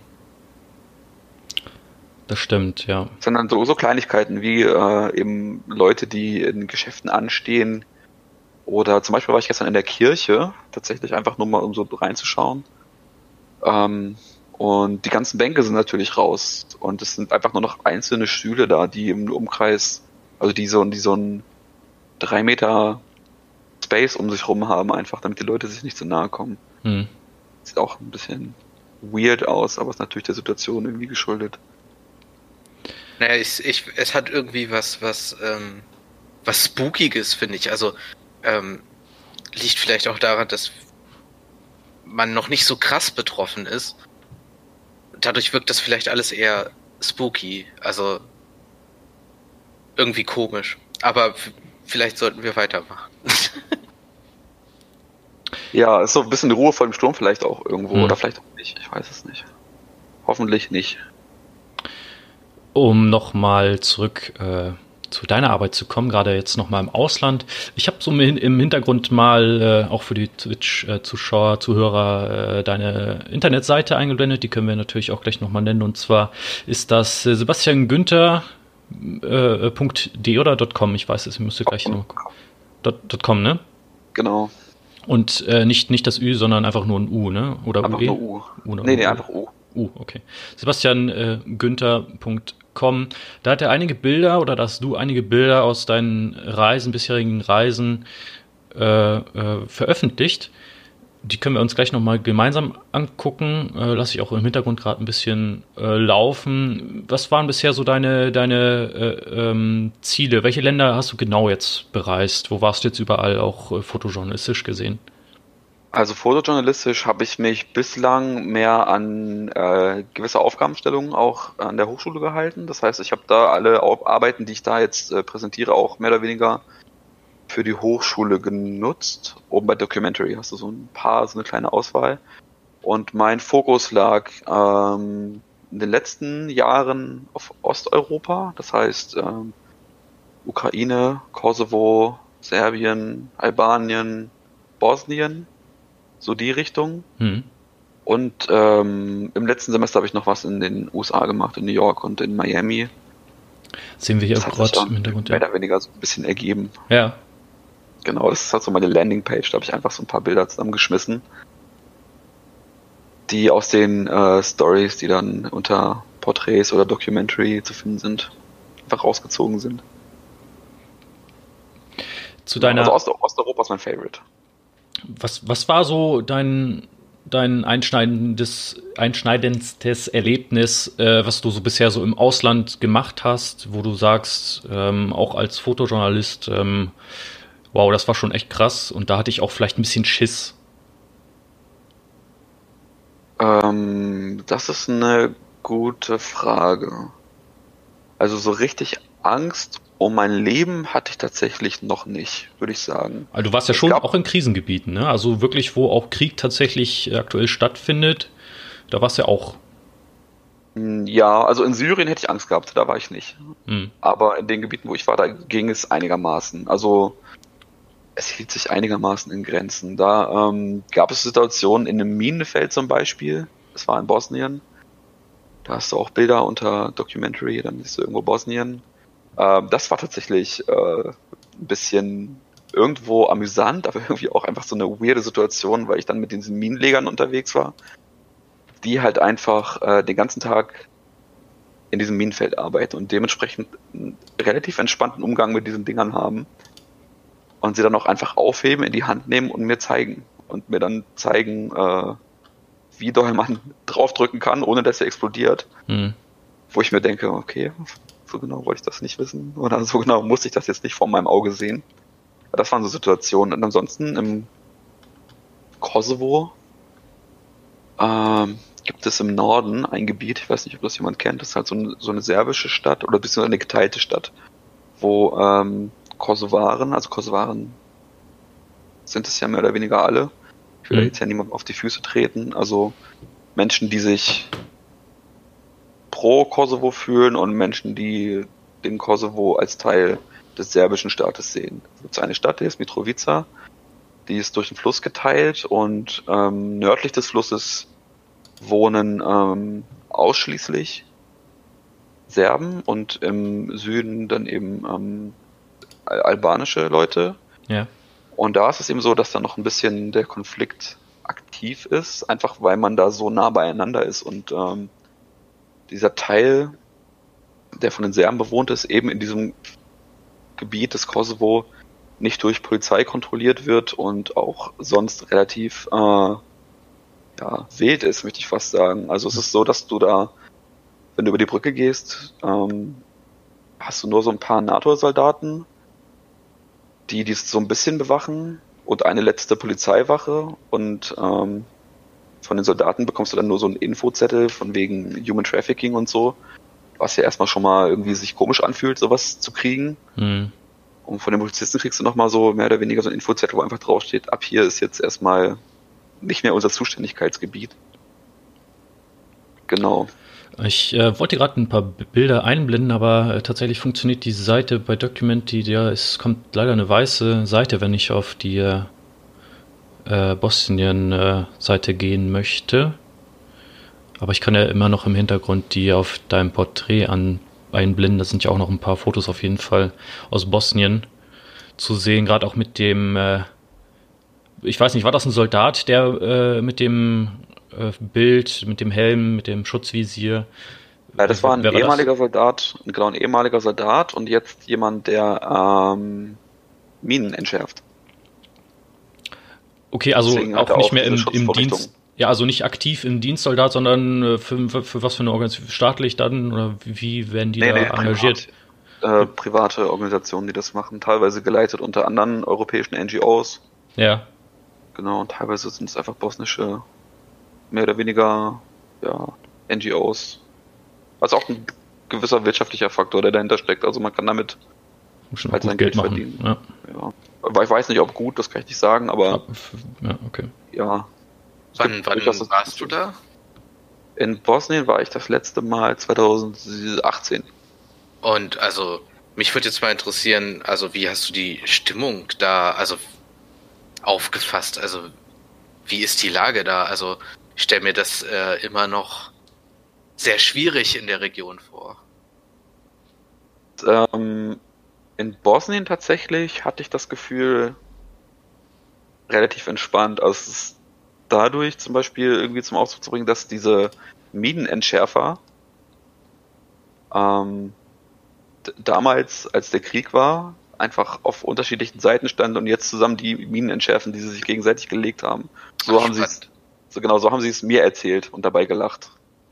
Das stimmt, ja. Sondern so, so Kleinigkeiten wie äh, eben Leute, die in Geschäften anstehen, oder zum Beispiel war ich gestern in der Kirche, tatsächlich einfach nur mal, um so reinzuschauen. Ähm, und die ganzen Bänke sind natürlich raus und es sind einfach nur noch einzelne Stühle da, die im Umkreis, also die so, die so einen drei Meter Space um sich rum haben, einfach, damit die Leute sich nicht zu nahe kommen. Hm. Sieht auch ein bisschen weird aus, aber ist natürlich der Situation irgendwie geschuldet. Naja, ich, ich, es hat irgendwie was, was, ähm, was Spookiges, finde ich. Also, ähm, liegt vielleicht auch daran, dass man noch nicht so krass betroffen ist. Dadurch wirkt das vielleicht alles eher spooky, also irgendwie komisch. Aber f- vielleicht sollten wir weitermachen. Ja, ist so ein bisschen Ruhe vor dem Sturm vielleicht auch irgendwo, Hm. oder vielleicht auch nicht, ich weiß es nicht. Hoffentlich nicht. Um nochmal zurück äh, zu deiner Arbeit zu kommen, gerade jetzt nochmal im Ausland. Ich habe so im im Hintergrund mal äh, auch für die Twitch-Zuschauer, Zuhörer äh, deine Internetseite eingeblendet. Die können wir natürlich auch gleich nochmal nennen. Und zwar ist das äh, Sebastian Günther äh, .de oder .com. Ich weiß es, ich müsste gleich noch. Dot, .com, ne? Genau. Und äh, nicht, nicht das Ü, sondern einfach nur ein U, ne? Oder Einfach U E? nur U. U oder nee, nee, U? einfach U. U, okay. Sebastian äh, Günther Punkt com. Da hat er einige Bilder oder da hast du einige Bilder aus deinen Reisen, bisherigen Reisen äh, äh, veröffentlicht. Die können wir uns gleich nochmal gemeinsam angucken. Äh, lasse ich auch im Hintergrund gerade ein bisschen äh, laufen. Was waren bisher so deine, deine äh, ähm, Ziele? Welche Länder hast du genau jetzt bereist? Wo warst du jetzt überall auch äh, fotojournalistisch gesehen? Also fotojournalistisch habe ich mich bislang mehr an äh, gewisse Aufgabenstellungen auch an der Hochschule gehalten. Das heißt, ich habe da alle Arbeiten, die ich da jetzt äh, präsentiere, auch mehr oder weniger für die Hochschule genutzt. Oben bei Documentary hast du so ein paar, so eine kleine Auswahl. Und mein Fokus lag ähm, in den letzten Jahren auf Osteuropa. Das heißt ähm, Ukraine, Kosovo, Serbien, Albanien, Bosnien. So die Richtung. Hm. Und ähm, im letzten Semester habe ich noch was in den U S A gemacht, in New York und in Miami. Sehen wir hier Das hat sich gerade dann im Hintergrund. mehr oder weniger so ein bisschen ergeben. Ja. Genau, das ist halt so meine Landingpage. Da habe ich einfach so ein paar Bilder zusammengeschmissen, die aus den äh, Stories, die dann unter Porträts oder Documentary zu finden sind, einfach rausgezogen sind. Zu deiner, also Ost Osteuropa ist mein Favorite. Was, was war so dein, dein einschneidendes, einschneidendstes Erlebnis, äh, was du so bisher so im Ausland gemacht hast, wo du sagst, ähm, auch als Fotojournalist, ähm, wow, das war schon echt krass und da hatte ich auch vielleicht ein bisschen Schiss. Ähm, das ist eine gute Frage. Also so richtig Angst um mein Leben hatte ich tatsächlich noch nicht, würde ich sagen. Also du warst ja schon auch in Krisengebieten, ne? Also wirklich, wo auch Krieg tatsächlich aktuell stattfindet, da warst du ja auch. Ja, also in Syrien hätte ich Angst gehabt, da war ich nicht. Hm. Aber in den Gebieten, wo ich war, da ging es einigermaßen. Also es hielt sich einigermaßen in Grenzen. Da ähm, gab es Situationen in einem Minenfeld zum Beispiel, das war in Bosnien. Da hast du auch Bilder unter Documentary, dann siehst du irgendwo Bosnien. Ähm, das war tatsächlich äh, ein bisschen irgendwo amüsant, aber irgendwie auch einfach so eine weirde Situation, weil ich dann mit diesen Minenlegern unterwegs war, die halt einfach äh, den ganzen Tag in diesem Minenfeld arbeiten und dementsprechend einen relativ entspannten Umgang mit diesen Dingern haben und sie dann auch einfach aufheben, in die Hand nehmen und mir zeigen und mir dann zeigen, äh, wie doll man draufdrücken kann, ohne dass er explodiert. Hm. Wo ich mir denke, okay, so genau wollte ich das nicht wissen oder so genau musste ich das jetzt nicht vor meinem Auge sehen. Das waren so Situationen. Und ansonsten im Kosovo ähm, gibt es im Norden ein Gebiet, ich weiß nicht, ob das jemand kennt, das ist halt so eine, so eine serbische Stadt oder beziehungsweise eine geteilte Stadt, wo ähm, Kosovaren, also Kosovaren sind es ja mehr oder weniger alle, ich will Mhm. da jetzt ja niemandem auf die Füße treten, also Menschen, die sich pro Kosovo fühlen und Menschen, die den Kosovo als Teil des serbischen Staates sehen. Es gibt eine Stadt, die ist Mitrovica, die ist durch den Fluss geteilt und ähm, nördlich des Flusses wohnen ähm, ausschließlich Serben und im Süden dann eben ähm, al- albanische Leute. Ja. Und da ist es eben so, dass da noch ein bisschen der Konflikt aktiv ist, einfach weil man da so nah beieinander ist und ähm, dieser Teil, der von den Serben bewohnt ist, eben in diesem Gebiet des Kosovo nicht durch Polizei kontrolliert wird und auch sonst relativ äh, ja, wild ist, möchte ich fast sagen. Also es ist so, dass du da, wenn du über die Brücke gehst, ähm, hast du nur so ein paar NATO-Soldaten, die dies so ein bisschen bewachen und eine letzte Polizeiwache und ähm, von den Soldaten bekommst du dann nur so einen Infozettel von wegen Human Trafficking und so, was ja erstmal schon mal irgendwie sich komisch anfühlt, sowas zu kriegen. Mhm. Und von den Polizisten kriegst du nochmal so mehr oder weniger so ein Infozettel, wo einfach draufsteht, ab hier ist jetzt erstmal nicht mehr unser Zuständigkeitsgebiet. Genau. Ich äh, wollte gerade ein paar B- Bilder einblenden, aber äh, tatsächlich funktioniert die Seite bei Documentary, ja, es kommt leider eine weiße Seite, wenn ich auf die äh, Bosnien-Seite gehen möchte. Aber ich kann ja immer noch im Hintergrund die auf deinem Porträt an, einblenden. Da sind ja auch noch ein paar Fotos auf jeden Fall aus Bosnien zu sehen, gerade auch mit dem äh, ich weiß nicht, war das ein Soldat, der äh, mit dem äh, Bild, mit dem Helm, mit dem Schutzvisier? Ja, das war ein Wer war ehemaliger das? Soldat, genau, ein ehemaliger Soldat und jetzt jemand, der ähm, Minen entschärft. Okay, also Deswegen hat auch er nicht auch mehr im, diese im Schutzvorrichtung. Dienst. Ja, also nicht aktiv im Dienstsoldat, sondern äh, für, für, für was für eine Organisation? Staatlich dann? Oder wie, wie werden die Nee, da nee, engagiert? privat. Äh, private Organisationen, die das machen, teilweise geleitet unter anderen europäischen N G Os. Ja. Genau, und teilweise sind es einfach bosnische, mehr oder weniger, ja, N G Os. Also auch ein gewisser wirtschaftlicher Faktor, der dahinter steckt. Also man kann damit Muss schon auch halt gut sein Geld Geld machen. verdienen. Ja. Ja. Aber ich weiß nicht, ob gut, das kann ich nicht sagen, aber Ja, f- ja, okay. ja. Es Wann, gibt wann durchaus das- warst du da? In Bosnien war ich das letzte Mal zwanzig achtzehn. Und also, mich würde jetzt mal interessieren, also wie hast du die Stimmung da, also aufgefasst? Also, wie ist die Lage da? Also, ich stelle mir das äh, immer noch sehr schwierig in der Region vor. Ähm, in Bosnien tatsächlich hatte ich das Gefühl relativ entspannt. Also es ist dadurch zum Beispiel irgendwie zum Ausdruck zu bringen, dass diese Minenentschärfer ähm, d- damals, als der Krieg war, einfach auf unterschiedlichen Seiten standen und jetzt zusammen die Minen entschärfen, die sie sich gegenseitig gelegt haben. So Ach, haben sie es, spannend. so genau, so haben sie es mir erzählt und dabei gelacht.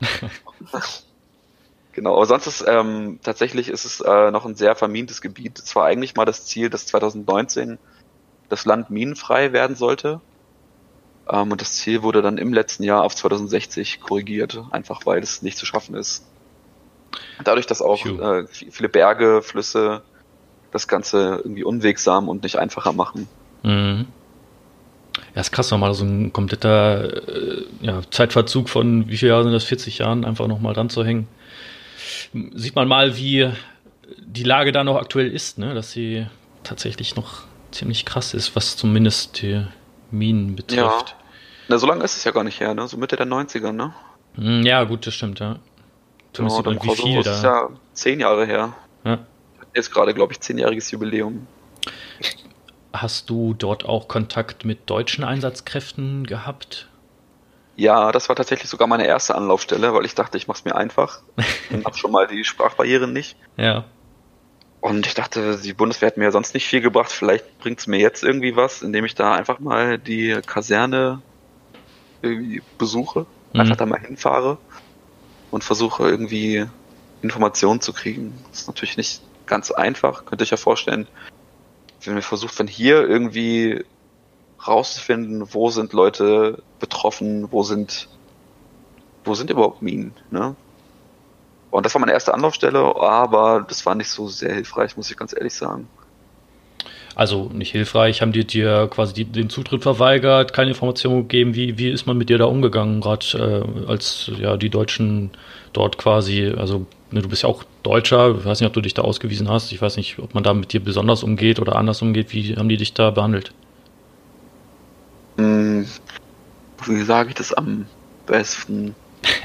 Genau, aber sonst ist ähm, tatsächlich ist es äh, noch ein sehr vermintes Gebiet. Es war eigentlich mal das Ziel, dass zwanzig neunzehn das Land minenfrei werden sollte. Ähm, und das Ziel wurde dann im letzten Jahr auf zwanzig sechzig korrigiert, einfach weil es nicht zu schaffen ist. Dadurch, dass auch Phew. äh, vi- viele Berge, Flüsse das Ganze irgendwie unwegsam und nicht einfacher machen. Mhm. Ja, ist krass, nochmal so ein kompletter äh, ja, Zeitverzug von, wie viele Jahre sind das, vierzig Jahren, einfach nochmal dran zu hängen. Sieht man mal, wie die Lage da noch aktuell ist, ne? Dass sie tatsächlich noch ziemlich krass ist, was zumindest die Minen betrifft. Na, so lange ist es ja gar nicht her, ne? So Mitte der neunziger, ne? Hm, ja, gut, das stimmt, ja. Zumindest sieht Genau, man, dann wie Kosovo viel ist da. ja zehn Jahre her. Ja. Jetzt gerade, glaube ich, zehnjähriges Jubiläum. Hast du dort auch Kontakt mit deutschen Einsatzkräften gehabt? Ja, das war tatsächlich sogar meine erste Anlaufstelle, weil ich dachte, ich mache es mir einfach und habe schon mal die Sprachbarrieren nicht. Ja. Und ich dachte, die Bundeswehr hat mir ja sonst nicht viel gebracht. Vielleicht bringt es mir jetzt irgendwie was, indem ich da einfach mal die Kaserne irgendwie besuche, Mhm. einfach da mal hinfahre und versuche irgendwie Informationen zu kriegen. Das ist natürlich nicht ganz einfach, könnt ihr euch ja vorstellen, wenn man versucht von hier irgendwie rauszufinden, wo sind Leute betroffen, wo sind wo sind überhaupt Minen, ne? Und das war meine erste Anlaufstelle, aber das war nicht so sehr hilfreich, muss ich ganz ehrlich sagen. Also nicht hilfreich, haben die dir quasi die, den Zutritt verweigert, keine Informationen gegeben, wie, wie ist man mit dir da umgegangen, gerade äh, als ja die Deutschen dort quasi, also ne, du bist ja auch Deutscher, ich weiß nicht, ob du dich da ausgewiesen hast, ich weiß nicht, ob man da mit dir besonders umgeht oder anders umgeht, wie haben die dich da behandelt? Hm, wie sage ich das am besten?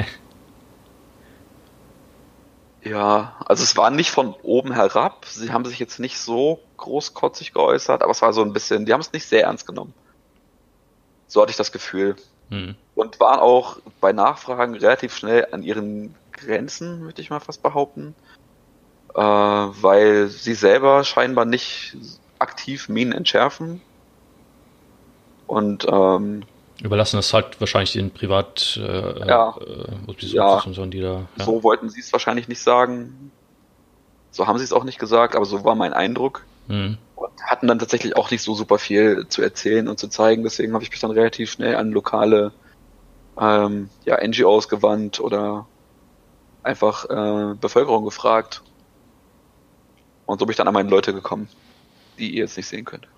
Ja, also es war nicht von oben herab. Sie haben sich jetzt nicht so großkotzig geäußert, aber es war so ein bisschen, die haben es nicht sehr ernst genommen. So hatte ich das Gefühl. Hm. Und waren auch bei Nachfragen relativ schnell an ihren Grenzen, würde ich mal fast behaupten. Äh, weil sie selber scheinbar nicht aktiv Minen entschärfen. Und ähm, Überlassen das halt wahrscheinlich den Privat äh, Ja. äh, Ja. und die da. Ja. so wollten sie es wahrscheinlich nicht sagen. So haben sie es auch nicht gesagt, aber so war mein Eindruck. Hm. Und hatten dann tatsächlich auch nicht so super viel zu erzählen und zu zeigen. Deswegen habe ich mich dann relativ schnell an lokale ähm, ja, N G Os gewandt oder einfach äh, Bevölkerung gefragt. Und so bin ich dann an meine Leute gekommen, die ihr jetzt nicht sehen könnt.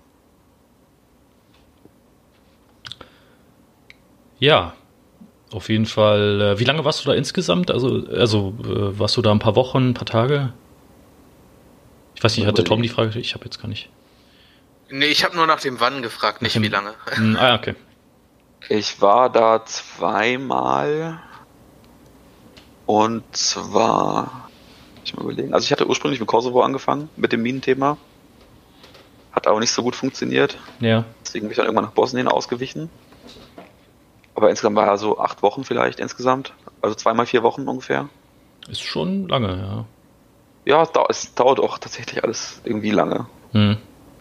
Ja, auf jeden Fall. Äh, wie lange warst du da insgesamt? Also, also äh, warst du da ein paar Wochen, ein paar Tage? Ich weiß nicht, hatte Tom die Frage? Ich habe jetzt gar nicht. Nee, ich habe nur nach dem Wann gefragt, nicht wie lange. Hm, ah, okay. Ich war da zweimal und zwar, muss ich mal überlegen, also ich hatte ursprünglich mit Kosovo angefangen, mit dem Minenthema. Hat aber nicht so gut funktioniert. Ja. Deswegen bin ich dann irgendwann nach Bosnien ausgewichen. Aber insgesamt war er so acht Wochen vielleicht insgesamt. Also zweimal vier Wochen ungefähr. Ist schon lange, ja. Ja, da- es dauert auch tatsächlich alles irgendwie lange. Hm.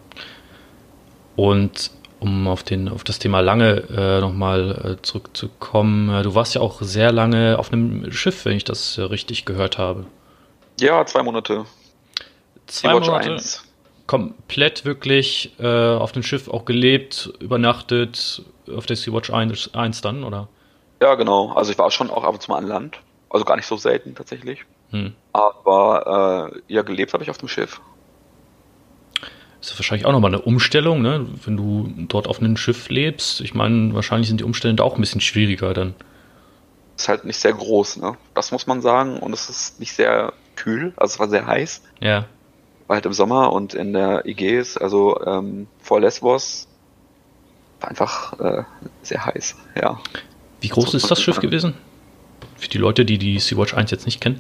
Und um auf, den, auf das Thema lange äh, nochmal äh, zurückzukommen, äh, du warst ja auch sehr lange auf einem Schiff, wenn ich das äh, richtig gehört habe. Ja, zwei Monate. Zwei Sea-Watch Monate eins. komplett wirklich äh, auf dem Schiff auch gelebt, übernachtet, auf der Sea-Watch eins dann, oder? Ja, genau. Also ich war schon auch ab und zu mal an Land. Also gar nicht so selten tatsächlich. Hm. Aber äh, ja, gelebt habe ich auf dem Schiff. Ist ja wahrscheinlich auch nochmal eine Umstellung, ne? Wenn du dort auf einem Schiff lebst. Ich meine, wahrscheinlich sind die Umstände auch ein bisschen schwieriger dann. Ist halt nicht sehr groß, ne? Das muss man sagen. Und es ist nicht sehr kühl. Also es war sehr heiß. Ja. War halt im Sommer und in der Ägäis, also ähm, vor Lesbos, war einfach äh, sehr heiß, ja. Wie groß muss ist man das Schiff sagen. gewesen? Für die Leute, die die Sea-Watch eins jetzt nicht kennen.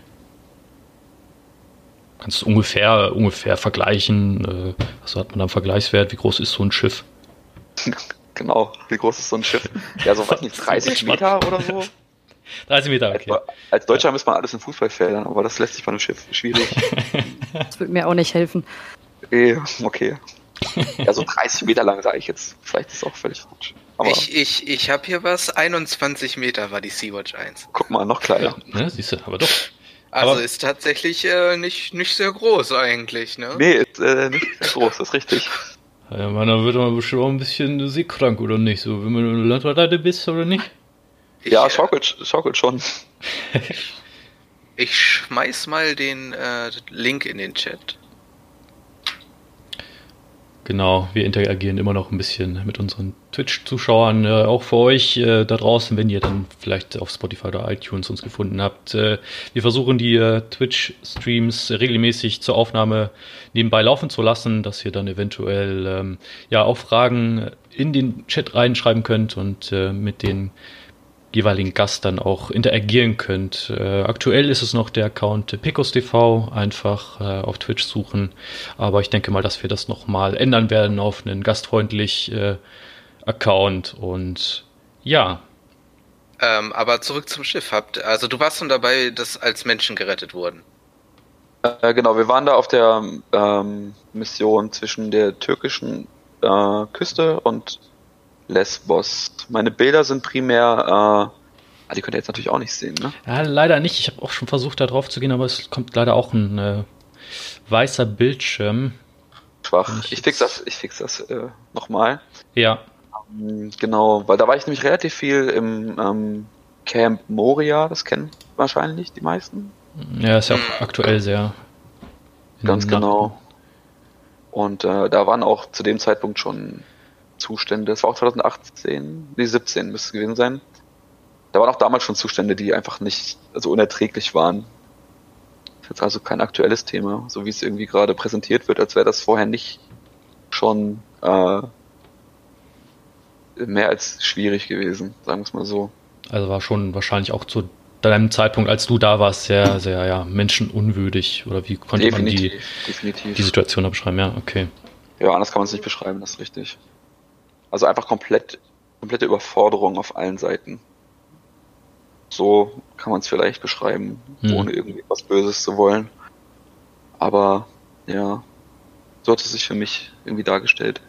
Kannst du ungefähr, ungefähr vergleichen? Äh, was hat man da im Vergleichswert? Wie groß ist so ein Schiff? Genau, wie groß ist so ein Schiff? Ja, so weiß nicht, dreißig Meter oder so. dreißig Meter, okay. Als, als Deutscher misst man alles in Fußballfeldern, aber das lässt sich bei einem Schiff schwierig. Das würde mir auch nicht helfen. Okay, okay. Ja, so dreißig Meter lang sage ich jetzt. Vielleicht ist es auch völlig falsch. Aber Ich, ich, ich habe hier was, einundzwanzig Meter war die Sea-Watch eins. guck mal, noch kleiner. Ja, ne, siehst du, aber doch. Also Aber- ist tatsächlich äh, nicht, nicht sehr groß eigentlich, ne? Nee, ist äh, nicht sehr groß, das ist richtig. Ja, man, da wird man bestimmt auch ein bisschen seekrank, oder nicht? So, wenn man in der Landseite bist, oder nicht? Ich, Ja, äh, schaukelt, schaukelt schon. Ich schmeiß mal den äh, Link in den Chat. Genau, wir interagieren immer noch ein bisschen mit unseren Twitch-Zuschauern, äh, auch für euch äh, da draußen, wenn ihr dann vielleicht auf Spotify oder iTunes uns gefunden habt. Äh, wir versuchen die äh, Twitch-Streams regelmäßig zur Aufnahme nebenbei laufen zu lassen, dass ihr dann eventuell ähm, ja auch Fragen in den Chat reinschreiben könnt und äh, mit den jeweiligen Gast dann auch interagieren könnt. Äh, aktuell ist es noch der Account PicosTV, einfach äh, auf Twitch suchen, aber ich denke mal, dass wir das nochmal ändern werden auf einen gastfreundlich äh, Account und ja. Ähm, aber zurück zum Schiff. Habt, also du warst schon dabei, dass als Menschen gerettet wurden. Äh, genau, wir waren da auf der ähm, Mission zwischen der türkischen äh, Küste und Lesbos. Meine Bilder sind primär, äh, ah, die könnt ihr jetzt natürlich auch nicht sehen, ne? Ja, leider nicht. Ich habe auch schon versucht, da drauf zu gehen, aber es kommt leider auch ein äh, weißer Bildschirm. Schwach. Ich Ich fix das, ich fix das äh, nochmal. Ja, Ähm, Genau, weil da war ich nämlich relativ viel im ähm, Camp Moria, das kennen wahrscheinlich die meisten. ja, ist ja auch aktuell sehr. in Ganz den Nachrichten. genau. Und äh, da waren auch zu dem Zeitpunkt schon Zustände, das war auch zwanzig achtzehn, nee, siebzehn müsste es gewesen sein. Da waren auch damals schon Zustände, die einfach nicht, also unerträglich waren. Das ist jetzt also kein aktuelles Thema, so wie es irgendwie gerade präsentiert wird, als wäre das vorher nicht schon äh, mehr als schwierig gewesen, sagen wir es mal so. Also war schon wahrscheinlich auch zu deinem Zeitpunkt, als du da warst, sehr, sehr ja, menschenunwürdig. Oder wie konnte man die, definitiv. die Situation da beschreiben? Ja, okay. Ja, anders kann man es nicht beschreiben, das ist richtig. Also einfach komplett, komplette Überforderung auf allen Seiten. So kann man es vielleicht beschreiben, Hm. ohne irgendwie was Böses zu wollen. Aber ja, so hat es sich für mich irgendwie dargestellt.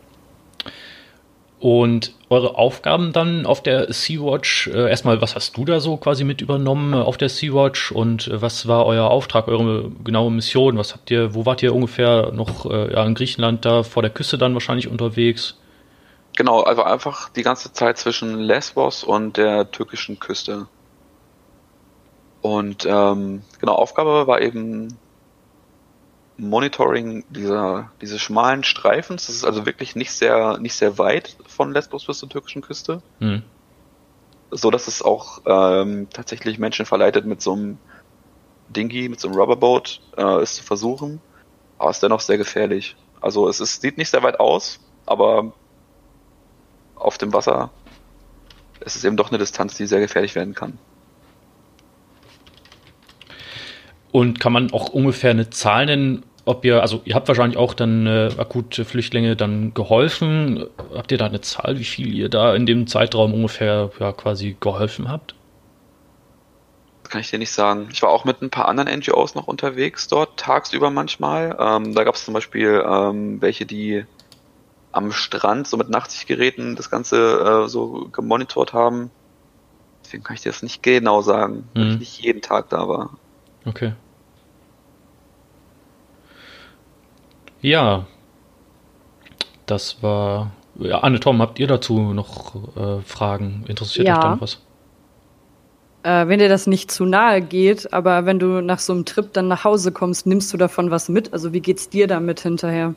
Und eure Aufgaben dann auf der Sea-Watch, äh, erstmal, was hast du da so quasi mit übernommen äh, auf der Sea-Watch und äh, was war euer Auftrag, eure genaue Mission? Was habt ihr, wo wart ihr ungefähr noch äh, ja, in Griechenland da vor der Küste dann wahrscheinlich unterwegs? Genau, also einfach die ganze Zeit zwischen Lesbos und der türkischen Küste. Und ähm, genau, Aufgabe war eben Monitoring dieser, dieses schmalen Streifens. Das ist also wirklich nicht sehr, nicht sehr weit von Lesbos bis zur türkischen Küste. Hm. So dass es auch ähm, tatsächlich Menschen verleitet, mit so einem Dinghy, mit so einem Rubberboat äh, es zu versuchen. Aber es ist dennoch sehr gefährlich. Also es ist, sieht nicht sehr weit aus, aber auf dem Wasser ist es eben doch eine Distanz, die sehr gefährlich werden kann. Und kann man auch ungefähr eine Zahl nennen, ob ihr, also ihr habt wahrscheinlich auch dann äh, akute Flüchtlinge dann geholfen. Habt ihr da eine Zahl, wie viel ihr da in dem Zeitraum ungefähr ja quasi geholfen habt? Das kann ich dir nicht sagen. Ich war auch mit ein paar anderen N G Os noch unterwegs dort, tagsüber manchmal. Ähm, da gab es zum Beispiel ähm, welche, die am Strand so mit Nachtsichtgeräten das Ganze äh, so gemonitort haben. Deswegen kann ich dir das nicht genau sagen, weil Mhm. ich nicht jeden Tag da war. Okay. Ja, das war. Ja, Anne, Tom, habt ihr dazu noch äh, Fragen? Interessiert Ja. euch da noch was? Äh, wenn dir das nicht zu nahe geht, aber wenn du nach so einem Trip dann nach Hause kommst, nimmst du davon was mit? Also wie geht's dir damit hinterher?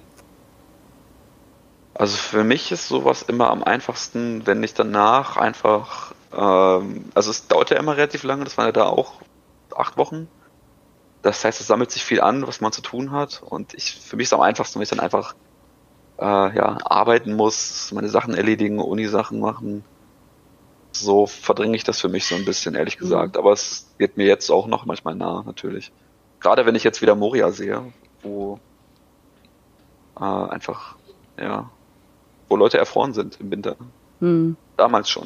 Also für mich ist sowas immer am einfachsten, wenn ich danach einfach, ähm, also es dauert ja immer relativ lange, das waren ja da auch acht Wochen. Das heißt, es sammelt sich viel an, was man zu tun hat. Und ich, für mich ist es am einfachsten, wenn ich dann einfach äh, ja, arbeiten muss, meine Sachen erledigen, Uni-Sachen machen. So verdränge ich das für mich so ein bisschen, ehrlich gesagt. Aber es geht mir jetzt auch noch manchmal nah, natürlich. Gerade wenn ich jetzt wieder Moria sehe, wo äh, einfach, ja, wo Leute erfroren sind im Winter. Hm. Damals schon.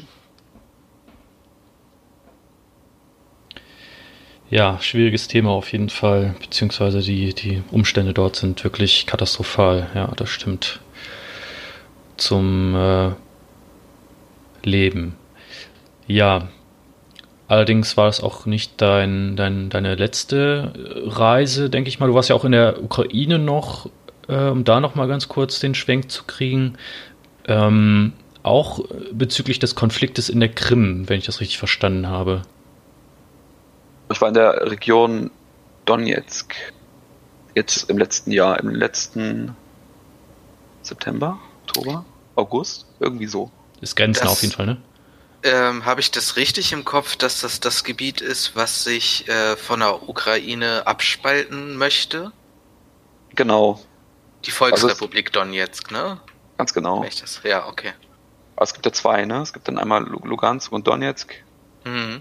Ja, schwieriges Thema auf jeden Fall, beziehungsweise die, die Umstände dort sind wirklich katastrophal. Ja, das stimmt. Zum äh, Leben. Ja, allerdings war es auch nicht dein, dein, deine letzte Reise, denke ich mal. Du warst ja auch in der Ukraine noch, äh, um da noch mal ganz kurz den Schwenk zu kriegen. Ähm, auch bezüglich des Konfliktes in der Krim, wenn ich das richtig verstanden habe. Ich war in der Region Donetsk. Jetzt im letzten Jahr, im letzten September, Oktober, August, irgendwie so. Ist Grenzen Das- auf jeden Fall, ne? Ähm, habe ich das richtig im Kopf, dass das das Gebiet ist, was sich äh, von der Ukraine abspalten möchte? Genau, Die Volksrepublik Donetsk, ne? ganz genau. Wenn ich das? Ja, okay. Aber es gibt ja zwei, ne? Es gibt dann einmal Lu- Lugansk und Donetsk. Mhm.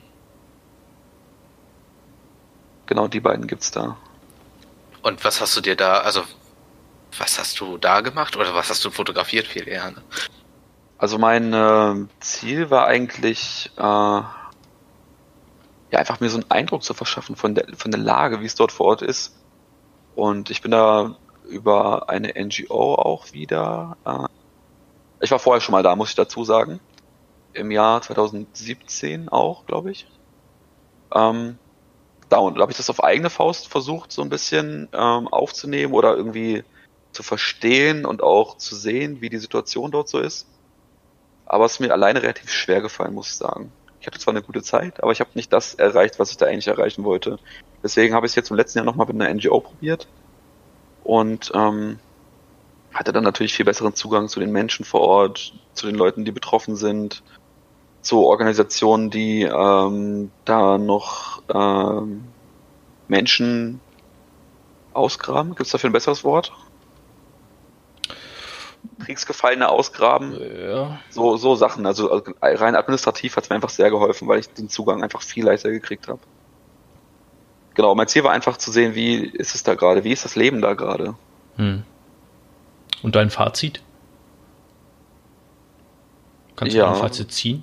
Genau, die beiden gibt's da. Und was hast du dir da, also was hast du da gemacht oder was hast du fotografiert viel eher? Ne? Also mein äh, Ziel war eigentlich, äh, ja, einfach mir so einen Eindruck zu verschaffen von der, von der Lage, wie es dort vor Ort ist. Und ich bin da über eine N G O auch wieder. Äh, ich war vorher schon mal da, muss ich dazu sagen. Im Jahr zwanzig siebzehn auch, glaube ich. Ähm, da und da habe ich das auf eigene Faust versucht, so ein bisschen ähm, aufzunehmen oder irgendwie zu verstehen und auch zu sehen, wie die Situation dort so ist. Aber es ist mir alleine relativ schwer gefallen, muss ich sagen. Ich hatte zwar eine gute Zeit, aber ich habe nicht das erreicht, was ich da eigentlich erreichen wollte. Deswegen habe ich es jetzt im letzten Jahr nochmal mit einer N G O probiert und ähm, hatte dann natürlich viel besseren Zugang zu den Menschen vor Ort, zu den Leuten, die betroffen sind, zu Organisationen, die ähm, da noch ähm, Menschen ausgraben. Gibt es dafür ein besseres Wort? Kriegsgefallene ausgraben. Ja. So, so Sachen, also also rein administrativ hat es mir einfach sehr geholfen, weil ich den Zugang einfach viel leichter gekriegt habe. Genau, mein Ziel war einfach zu sehen, wie ist es da gerade, wie ist das Leben da gerade. Hm. Und dein Fazit? Kannst Ja. du ein Fazit ziehen?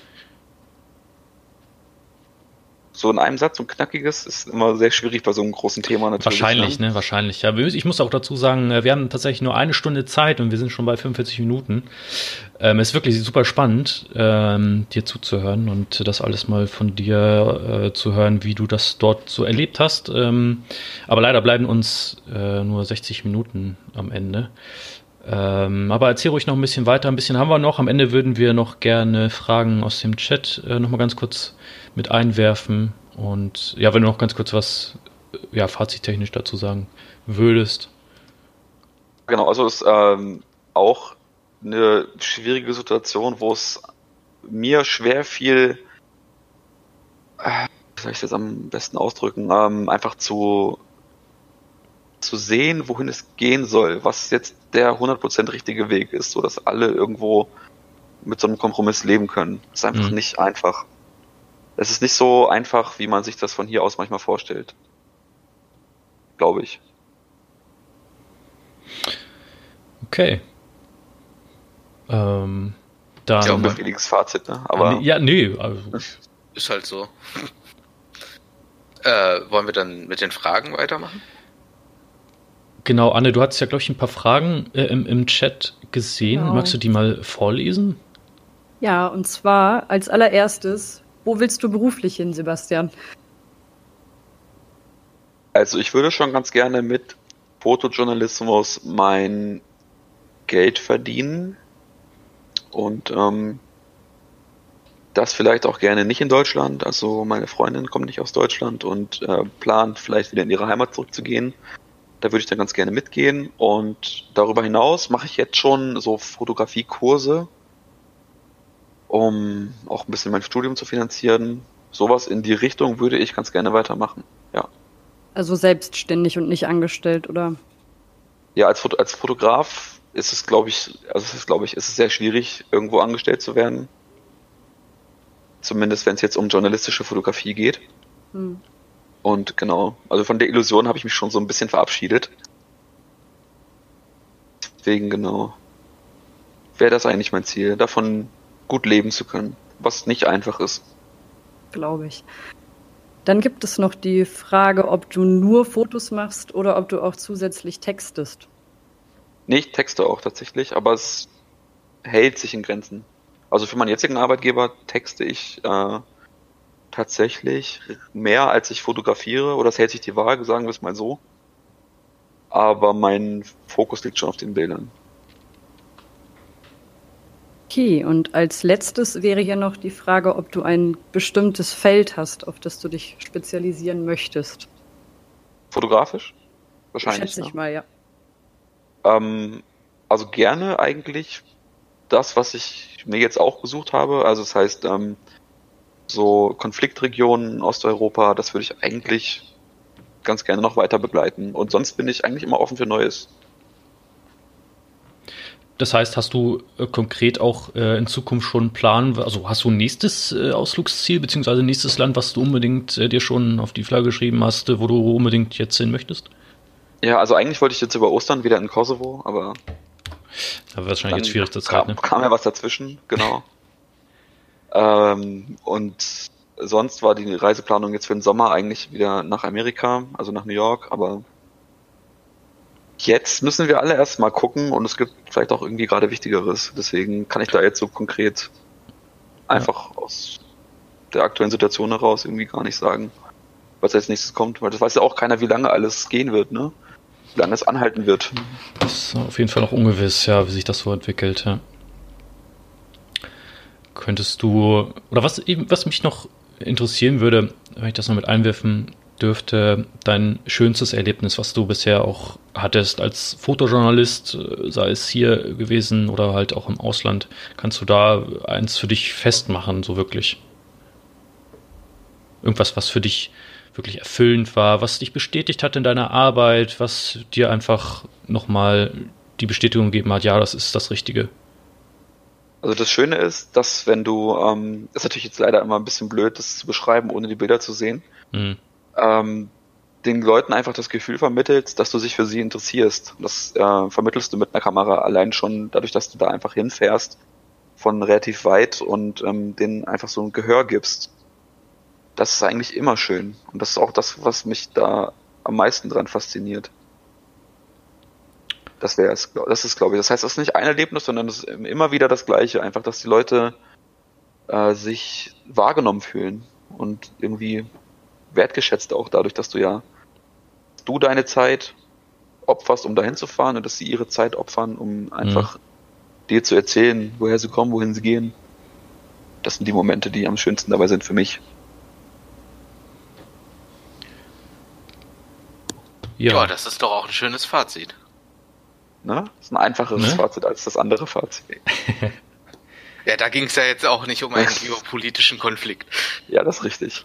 So in einem Satz, so ein knackiges, ist immer sehr schwierig bei so einem großen Thema natürlich. Wahrscheinlich, ne? Wahrscheinlich. Ja, wir- ich muss auch dazu sagen, äh, wir haben tatsächlich nur eine Stunde Zeit und wir sind schon bei fünfundvierzig Minuten. Ähm, es ist wirklich super spannend, ähm, dir zuzuhören und das alles mal von dir äh, zu hören, wie du das dort so erlebt hast. Ähm, aber leider bleiben uns äh, nur sechzig Minuten am Ende. Ähm, aber erzähl ruhig noch ein bisschen weiter. Ein bisschen haben wir noch. Am Ende würden wir noch gerne Fragen aus dem Chat äh, noch mal ganz kurz mit einwerfen. Und ja, wenn du noch ganz kurz was äh, ja, fazittechnisch dazu sagen würdest. Genau, also es ist ähm, auch eine schwierige Situation, wo es mir schwer fiel, äh, wie soll ich das am besten ausdrücken, ähm, einfach zu zu sehen, wohin es gehen soll, was jetzt der hundert Prozent richtige Weg ist, so dass alle irgendwo mit so einem Kompromiss leben können. Das ist einfach Mhm. nicht einfach. Es ist nicht so einfach, wie man sich das von hier aus manchmal vorstellt. Glaube ich. Okay. Ähm, dann, ist ja auch ein befriedigendes Fazit, ne? Aber ja, nee. Also. Ist halt so. äh, wollen wir dann mit den Fragen weitermachen? Genau, Anne, du hattest ja, glaube ich, ein paar Fragen äh, im, im Chat gesehen. Genau. Magst du die mal vorlesen? Ja, und zwar als allererstes, wo willst du beruflich hin, Sebastian? also ich würde schon ganz gerne mit Fotojournalismus mein Geld verdienen und ähm, das vielleicht auch gerne nicht in Deutschland. Also meine Freundin kommt nicht aus Deutschland und äh, plant vielleicht wieder in ihre Heimat zurückzugehen. Da würde ich dann ganz gerne mitgehen und darüber hinaus mache ich jetzt schon so Fotografiekurse, um auch ein bisschen mein Studium zu finanzieren. Sowas in die Richtung würde ich ganz gerne weitermachen, ja. Also selbstständig und nicht angestellt, oder? Ja, als, Foto, als Fotograf ist es, glaube ich, also es ist, glaube ich, ist es sehr schwierig, irgendwo angestellt zu werden. Zumindest wenn es jetzt um journalistische Fotografie geht. Hm. Und genau, also von der Illusion habe ich mich schon so ein bisschen verabschiedet. Deswegen genau, wäre das eigentlich mein Ziel, davon gut leben zu können, was nicht einfach ist. Glaube ich. Dann gibt es noch die Frage, ob du nur Fotos machst oder ob du auch zusätzlich textest. Nee, ich texte auch tatsächlich, aber es hält sich in Grenzen. Also für meinen jetzigen Arbeitgeber texte ich äh, tatsächlich mehr, als ich fotografiere, oder es hält sich die Waage, sagen wir es mal so. Aber mein Fokus liegt schon auf den Bildern. Okay, und als letztes wäre hier noch die Frage, ob du ein bestimmtes Feld hast, auf das du dich spezialisieren möchtest. Fotografisch? Wahrscheinlich. Schätze ich ne? mal, ja. Ähm, also gerne eigentlich das, was ich mir jetzt auch gesucht habe. Also das heißt, ähm, so Konfliktregionen Osteuropa, das würde ich eigentlich ganz gerne noch weiter begleiten. Und sonst bin ich eigentlich immer offen für Neues. Das heißt, hast du äh, konkret auch äh, in Zukunft schon einen Plan, also hast du ein nächstes äh, Ausflugsziel, beziehungsweise ein nächstes Land, was du unbedingt äh, dir schon auf die Flagge geschrieben hast, äh, wo du unbedingt jetzt hin möchtest? Ja, also eigentlich wollte ich jetzt über Ostern wieder in Kosovo, aber Da wird wahrscheinlich jetzt schwierig zur kam, Zeit, ne? kam ja was dazwischen, genau. ähm, und sonst war die Reiseplanung jetzt für den Sommer eigentlich wieder nach Amerika, also nach New York, aber jetzt müssen wir alle erstmal gucken und es gibt vielleicht auch irgendwie gerade Wichtigeres. Deswegen kann ich da jetzt so konkret einfach ja. aus der aktuellen Situation heraus irgendwie gar nicht sagen, was als nächstes kommt, weil das weiß ja auch keiner, wie lange alles gehen wird, ne? Wie lange es anhalten wird. Das ist auf jeden Fall noch ungewiss, ja, wie sich das so entwickelt, ja. Könntest du, oder was eben, was mich noch interessieren würde, wenn ich das noch mit einwerfen dürfte, dein schönstes Erlebnis, was du bisher auch hattest als Fotojournalist, sei es hier gewesen oder halt auch im Ausland, kannst du da eins für dich festmachen, so wirklich? Irgendwas, was für dich wirklich erfüllend war, was dich bestätigt hat in deiner Arbeit, was dir einfach nochmal die Bestätigung gegeben hat, ja, das ist das Richtige. Also das Schöne ist, dass wenn du, ähm, ist natürlich jetzt leider immer ein bisschen blöd, das zu beschreiben, ohne die Bilder zu sehen, mhm. ähm, den Leuten einfach das Gefühl vermittelst, dass du dich für sie interessierst. Das äh, vermittelst du mit einer Kamera allein schon dadurch, dass du da einfach hinfährst von relativ weit und ähm, denen einfach so ein Gehör gibst. Das ist eigentlich immer schön. Und das ist auch das, was mich da am meisten dran fasziniert. Das wäre es, das ist, glaube ich. Das heißt, das ist nicht ein Erlebnis, sondern es ist immer wieder das Gleiche. Einfach, dass die Leute äh, sich wahrgenommen fühlen und irgendwie wertgeschätzt auch dadurch, dass du ja du deine Zeit opferst, um dahin zu fahren und dass sie ihre Zeit opfern, um einfach mhm. dir zu erzählen, woher sie kommen, wohin sie gehen. Das sind die Momente, die am schönsten dabei sind für mich. Ja, ja, das ist doch auch ein schönes Fazit. Ne? Das ist ein einfacheres ne? Fazit als das andere Fazit. Ja, da ging es ja jetzt auch nicht um einen geopolitischen Konflikt. Ja, das ist richtig.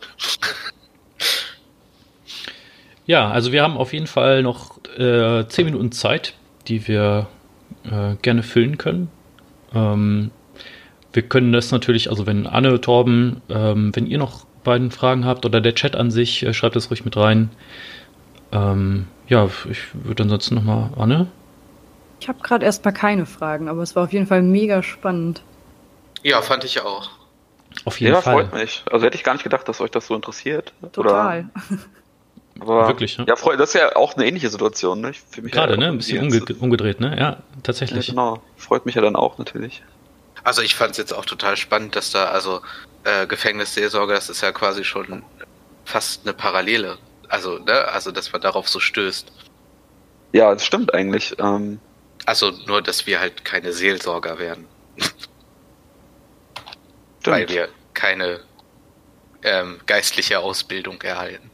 Ja, also wir haben auf jeden Fall noch äh, zehn Minuten Zeit, die wir äh, gerne füllen können. Ähm, wir können das natürlich, also wenn Anne, Torben, ähm, wenn ihr noch beiden Fragen habt oder der Chat an sich, äh, schreibt das ruhig mit rein. Ähm, ja, ich würde ansonsten nochmal, Anne? Ich habe gerade erstmal keine Fragen, aber es war auf jeden Fall mega spannend. Ja, fand ich auch. Auf jeden ja, Fall. freut mich. Also hätte ich gar nicht gedacht, dass euch das so interessiert. Total. Oder, aber, Wirklich, ne? Ja, freut, das ist ja auch eine ähnliche Situation, ne? Für mich Gerade, ja ne? Ein bisschen umge umgedreht, ne? Ja, tatsächlich. Ja, genau. Freut mich ja dann auch natürlich. Also ich fand es jetzt auch total spannend, dass da, also äh, Gefängnisseelsorge, das ist ja quasi schon fast eine Parallele. Also, ne? Also, dass man darauf so stößt. Ja, das stimmt eigentlich. Ähm, Also nur, dass wir halt keine Seelsorger werden. stimmt. Weil wir keine ähm, geistliche Ausbildung erhalten.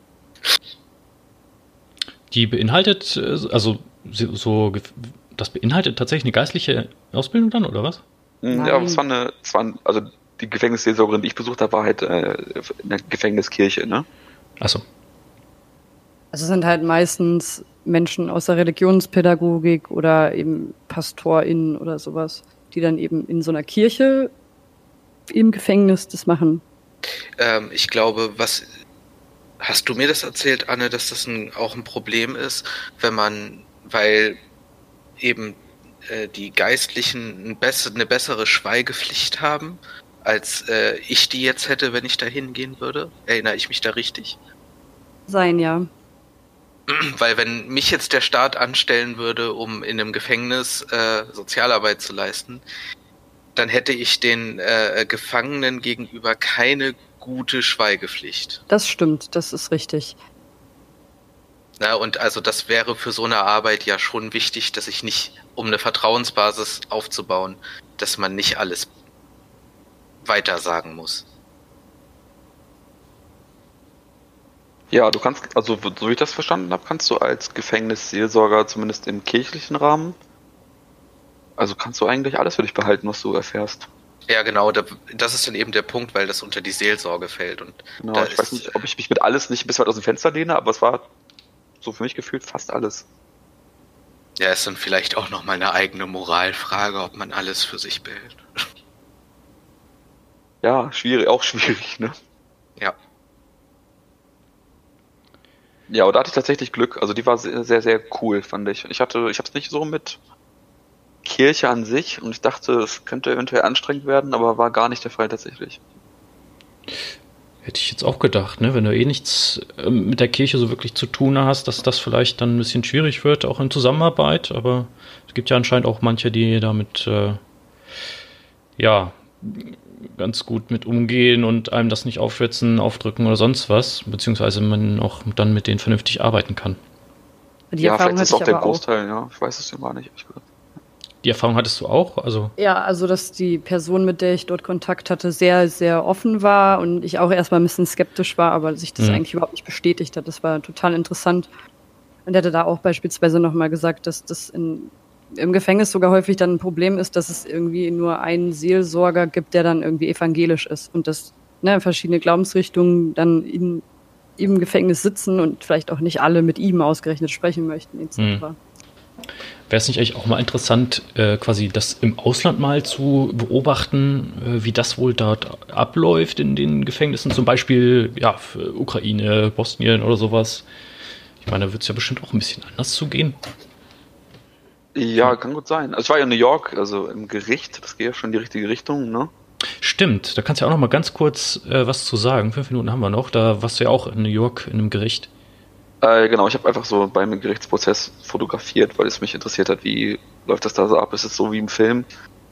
Die beinhaltet, äh, also so, so, das beinhaltet tatsächlich eine geistliche Ausbildung dann, oder was? Mm, Nein. Ja, es war eine, es war, also die Gefängnisseelsorgerin, die ich besucht habe, war halt äh, in der Gefängniskirche, ne? Achso. Also es sind halt meistens Menschen aus der Religionspädagogik oder eben PastorInnen oder sowas, die dann eben in so einer Kirche im Gefängnis das machen. Ähm, ich glaube, was hast du mir das erzählt, Anne, dass das ein, auch ein Problem ist, wenn man, weil eben äh, die Geistlichen ein bess- eine bessere Schweigepflicht haben, als äh, ich die jetzt hätte, wenn ich da hingehen würde? Erinnere ich mich da richtig? Sein, ja. Weil wenn mich jetzt der Staat anstellen würde, um in einem Gefängnis äh, Sozialarbeit zu leisten, dann hätte ich den äh, Gefangenen gegenüber keine gute Schweigepflicht. Das stimmt, das ist richtig. Na, und also das wäre für so eine Arbeit ja schon wichtig, dass ich nicht, um eine Vertrauensbasis aufzubauen, dass man nicht alles weiter sagen muss. Ja, du kannst, also so wie ich das verstanden habe, kannst du als Gefängnisseelsorger zumindest im kirchlichen Rahmen, also kannst du eigentlich alles für dich behalten, was du erfährst. Ja, genau, da, das ist dann eben der Punkt, weil das unter die Seelsorge fällt. Und Genau, da ich weiß ist, nicht, ob ich mich mit alles nicht bis weit aus dem Fenster lehne, aber es war so für mich gefühlt fast alles. ja, ist dann vielleicht auch nochmal eine eigene Moralfrage, ob man alles für sich behält. Ja, schwierig, auch schwierig, ne? Ja. Ja, aber da hatte ich tatsächlich Glück. Also die war sehr, sehr, sehr cool, fand ich. Ich hatte, ich habe es nicht so mit Kirche an sich und ich dachte, es könnte eventuell anstrengend werden, aber war gar nicht der Fall tatsächlich. Hätte ich jetzt auch gedacht, ne? Wenn du eh nichts ähm, mit der Kirche so wirklich zu tun hast, dass das vielleicht dann ein bisschen schwierig wird, auch in Zusammenarbeit. Aber es gibt ja anscheinend auch manche, die damit äh, ja ganz gut mit umgehen und einem das nicht aufschwätzen, aufdrücken oder sonst was, beziehungsweise man auch dann mit denen vernünftig arbeiten kann. Die ja, Erfahrung vielleicht ist hatte auch ich der aber auch. Großteil, ja. Ich weiß es ja gar nicht, ehrlich gesagt. Die Erfahrung hattest du auch? Also Ja, also dass die Person, mit der ich dort Kontakt hatte, sehr, sehr offen war und ich auch erstmal ein bisschen skeptisch war, aber sich das Mhm. eigentlich überhaupt nicht bestätigt hat. Das war total interessant. Und er hatte da auch beispielsweise nochmal gesagt, dass das in, im Gefängnis sogar häufig dann ein Problem ist, dass es irgendwie nur einen Seelsorger gibt, der dann irgendwie evangelisch ist und dass ne, verschiedene Glaubensrichtungen dann in, im Gefängnis sitzen und vielleicht auch nicht alle mit ihm ausgerechnet sprechen möchten, et cetera. Mhm. Wäre es nicht eigentlich auch mal interessant, äh, quasi das im Ausland mal zu beobachten, äh, wie das wohl dort abläuft in den Gefängnissen, zum Beispiel ja, für Ukraine, Bosnien oder sowas. Ich meine, da wird es ja bestimmt auch ein bisschen anders zugehen. Ja, kann gut sein. Also ich war ja in New York, also im Gericht, das geht ja schon in die richtige Richtung, ne? Stimmt, da kannst du ja auch noch mal ganz kurz äh, was zu sagen. Fünf Minuten haben wir noch. Da warst du ja auch in New York in einem Gericht. Äh, genau, ich habe einfach so beim Gerichtsprozess fotografiert, weil es mich interessiert hat, wie läuft das da so ab? Ist es so wie im Film?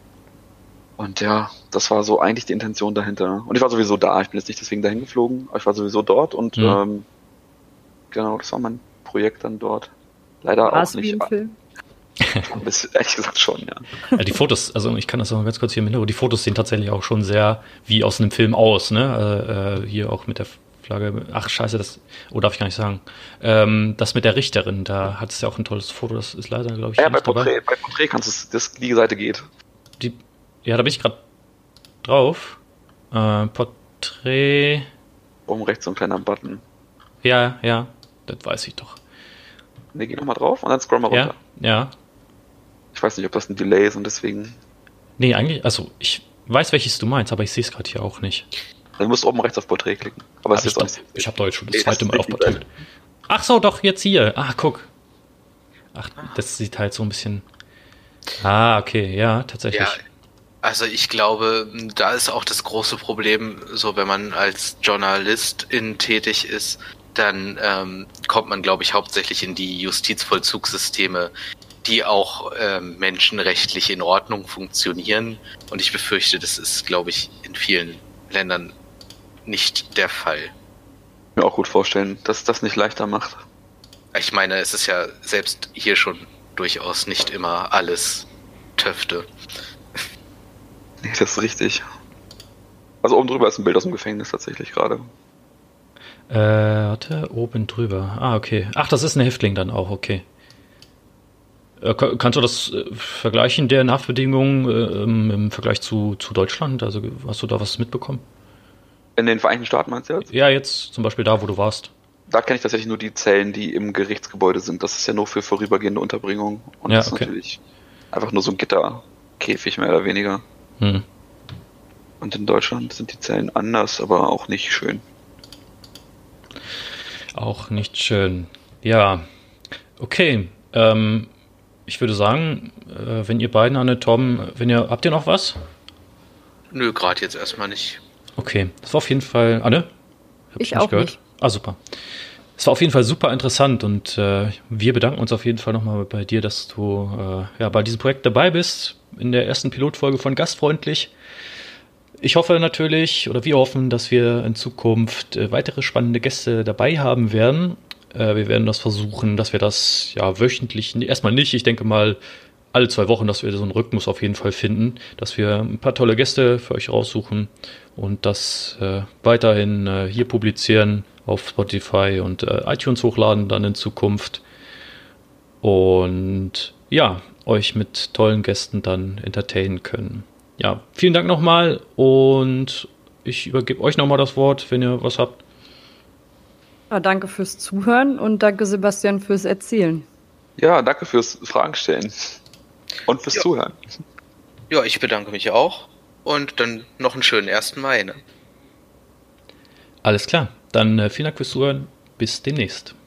Und ja, das war so eigentlich die Intention dahinter. Und ich war sowieso da, ich bin jetzt nicht deswegen dahin geflogen, aber ich war sowieso dort und Mhm. ähm, genau, das war mein Projekt dann dort. Leider War auch es wie nicht. im Film? Ein bisschen, ehrlich gesagt schon, ja. Ja, die Fotos, also ich kann das noch mal ganz kurz hier im Hintergrund, die Fotos sehen tatsächlich auch schon sehr wie aus einem Film aus, ne? Äh, äh, hier auch mit der Flagge. Ach, scheiße, das, oh, darf ich gar nicht sagen. Ähm, das mit der Richterin, da hat es ja auch ein tolles Foto, das ist leider, glaube ich, Ja, hier bei nicht dabei. Porträt, bei Porträt kannst du es, das, die Seite geht. Die, ja, da bin ich gerade drauf. Äh, Porträt. Oben rechts so ein kleiner Button. Ja, ja, das weiß ich doch. Ne, geh nochmal drauf und dann scroll mal Ja, runter. ja. Ich weiß nicht, ob das ein Delay ist und deswegen. Nee, eigentlich, also ich weiß, welches du meinst, aber ich sehe es gerade hier auch nicht. Dann musst du oben rechts auf Porträt klicken. Aber es Hab ist ich doch, alles. ich habe doch jetzt schon das Nee, zweite das Mal ist auf nicht Porträt. Ach so, doch, jetzt hier. Ah, guck. Ach, das sieht halt so ein bisschen Ah, okay, ja, tatsächlich. Ja, also ich glaube, da ist auch das große Problem, so wenn man als Journalistin tätig ist, dann ähm, kommt man, glaube ich, hauptsächlich in die Justizvollzugssysteme, die auch ähm, menschenrechtlich in Ordnung funktionieren. Und ich befürchte, das ist, glaube ich, in vielen Ländern nicht der Fall. Mir auch gut vorstellen, dass das nicht leichter macht. Ich meine, es ist ja selbst hier schon durchaus nicht immer alles Töfte. Nee, das ist richtig. Also oben drüber ist ein Bild aus dem Gefängnis tatsächlich gerade. Äh, warte, oben drüber. Ah, okay. Ach, das ist ein Häftling dann auch, okay. Äh, kannst du das äh, vergleichen, der Haftbedingungen äh, im, im Vergleich zu, zu Deutschland? Also hast du da was mitbekommen? In den Vereinigten Staaten meinst du jetzt? Ja, jetzt zum Beispiel da, wo du warst. Da kenne ich tatsächlich nur die Zellen, die im Gerichtsgebäude sind. Das ist ja nur für vorübergehende Unterbringung. Und Ja, das ist okay. natürlich einfach nur so ein Gitterkäfig mehr oder weniger. Hm. Und in Deutschland sind die Zellen anders, aber auch nicht schön. Auch nicht schön. Ja, okay. Ähm, ich würde sagen, äh, wenn ihr beiden, Anne, Tom, wenn ihr, habt ihr noch was? Nö, gerade jetzt erstmal nicht. Okay, das war auf jeden Fall, Anne? Hab Ich auch nicht. Ah, super. Es war auf jeden Fall super interessant und äh, wir bedanken uns auf jeden Fall nochmal bei dir, dass du äh, ja, bei diesem Projekt dabei bist, in der ersten Pilotfolge von Gastfreundlich. Ich hoffe natürlich, oder wir hoffen, dass wir in Zukunft äh, weitere spannende Gäste dabei haben werden. Äh, wir werden das versuchen, dass wir das ja wöchentlich, erstmal nicht, ich denke mal alle zwei Wochen, dass wir so einen Rhythmus auf jeden Fall finden, dass wir ein paar tolle Gäste für euch raussuchen und das äh, weiterhin äh, hier publizieren, auf Spotify und äh, iTunes hochladen dann in Zukunft. Und ja, euch mit tollen Gästen dann entertainen können. Ja, vielen Dank nochmal und ich übergebe euch nochmal das Wort, wenn ihr was habt. Ja, danke fürs Zuhören und danke Sebastian fürs Erzählen. Ja, danke fürs Fragen stellen. Und fürs Ja. Zuhören. Ja, ich bedanke mich auch. Und dann noch einen schönen ersten Mai. Ne? Alles klar, dann äh, vielen Dank fürs Zuhören. Bis demnächst.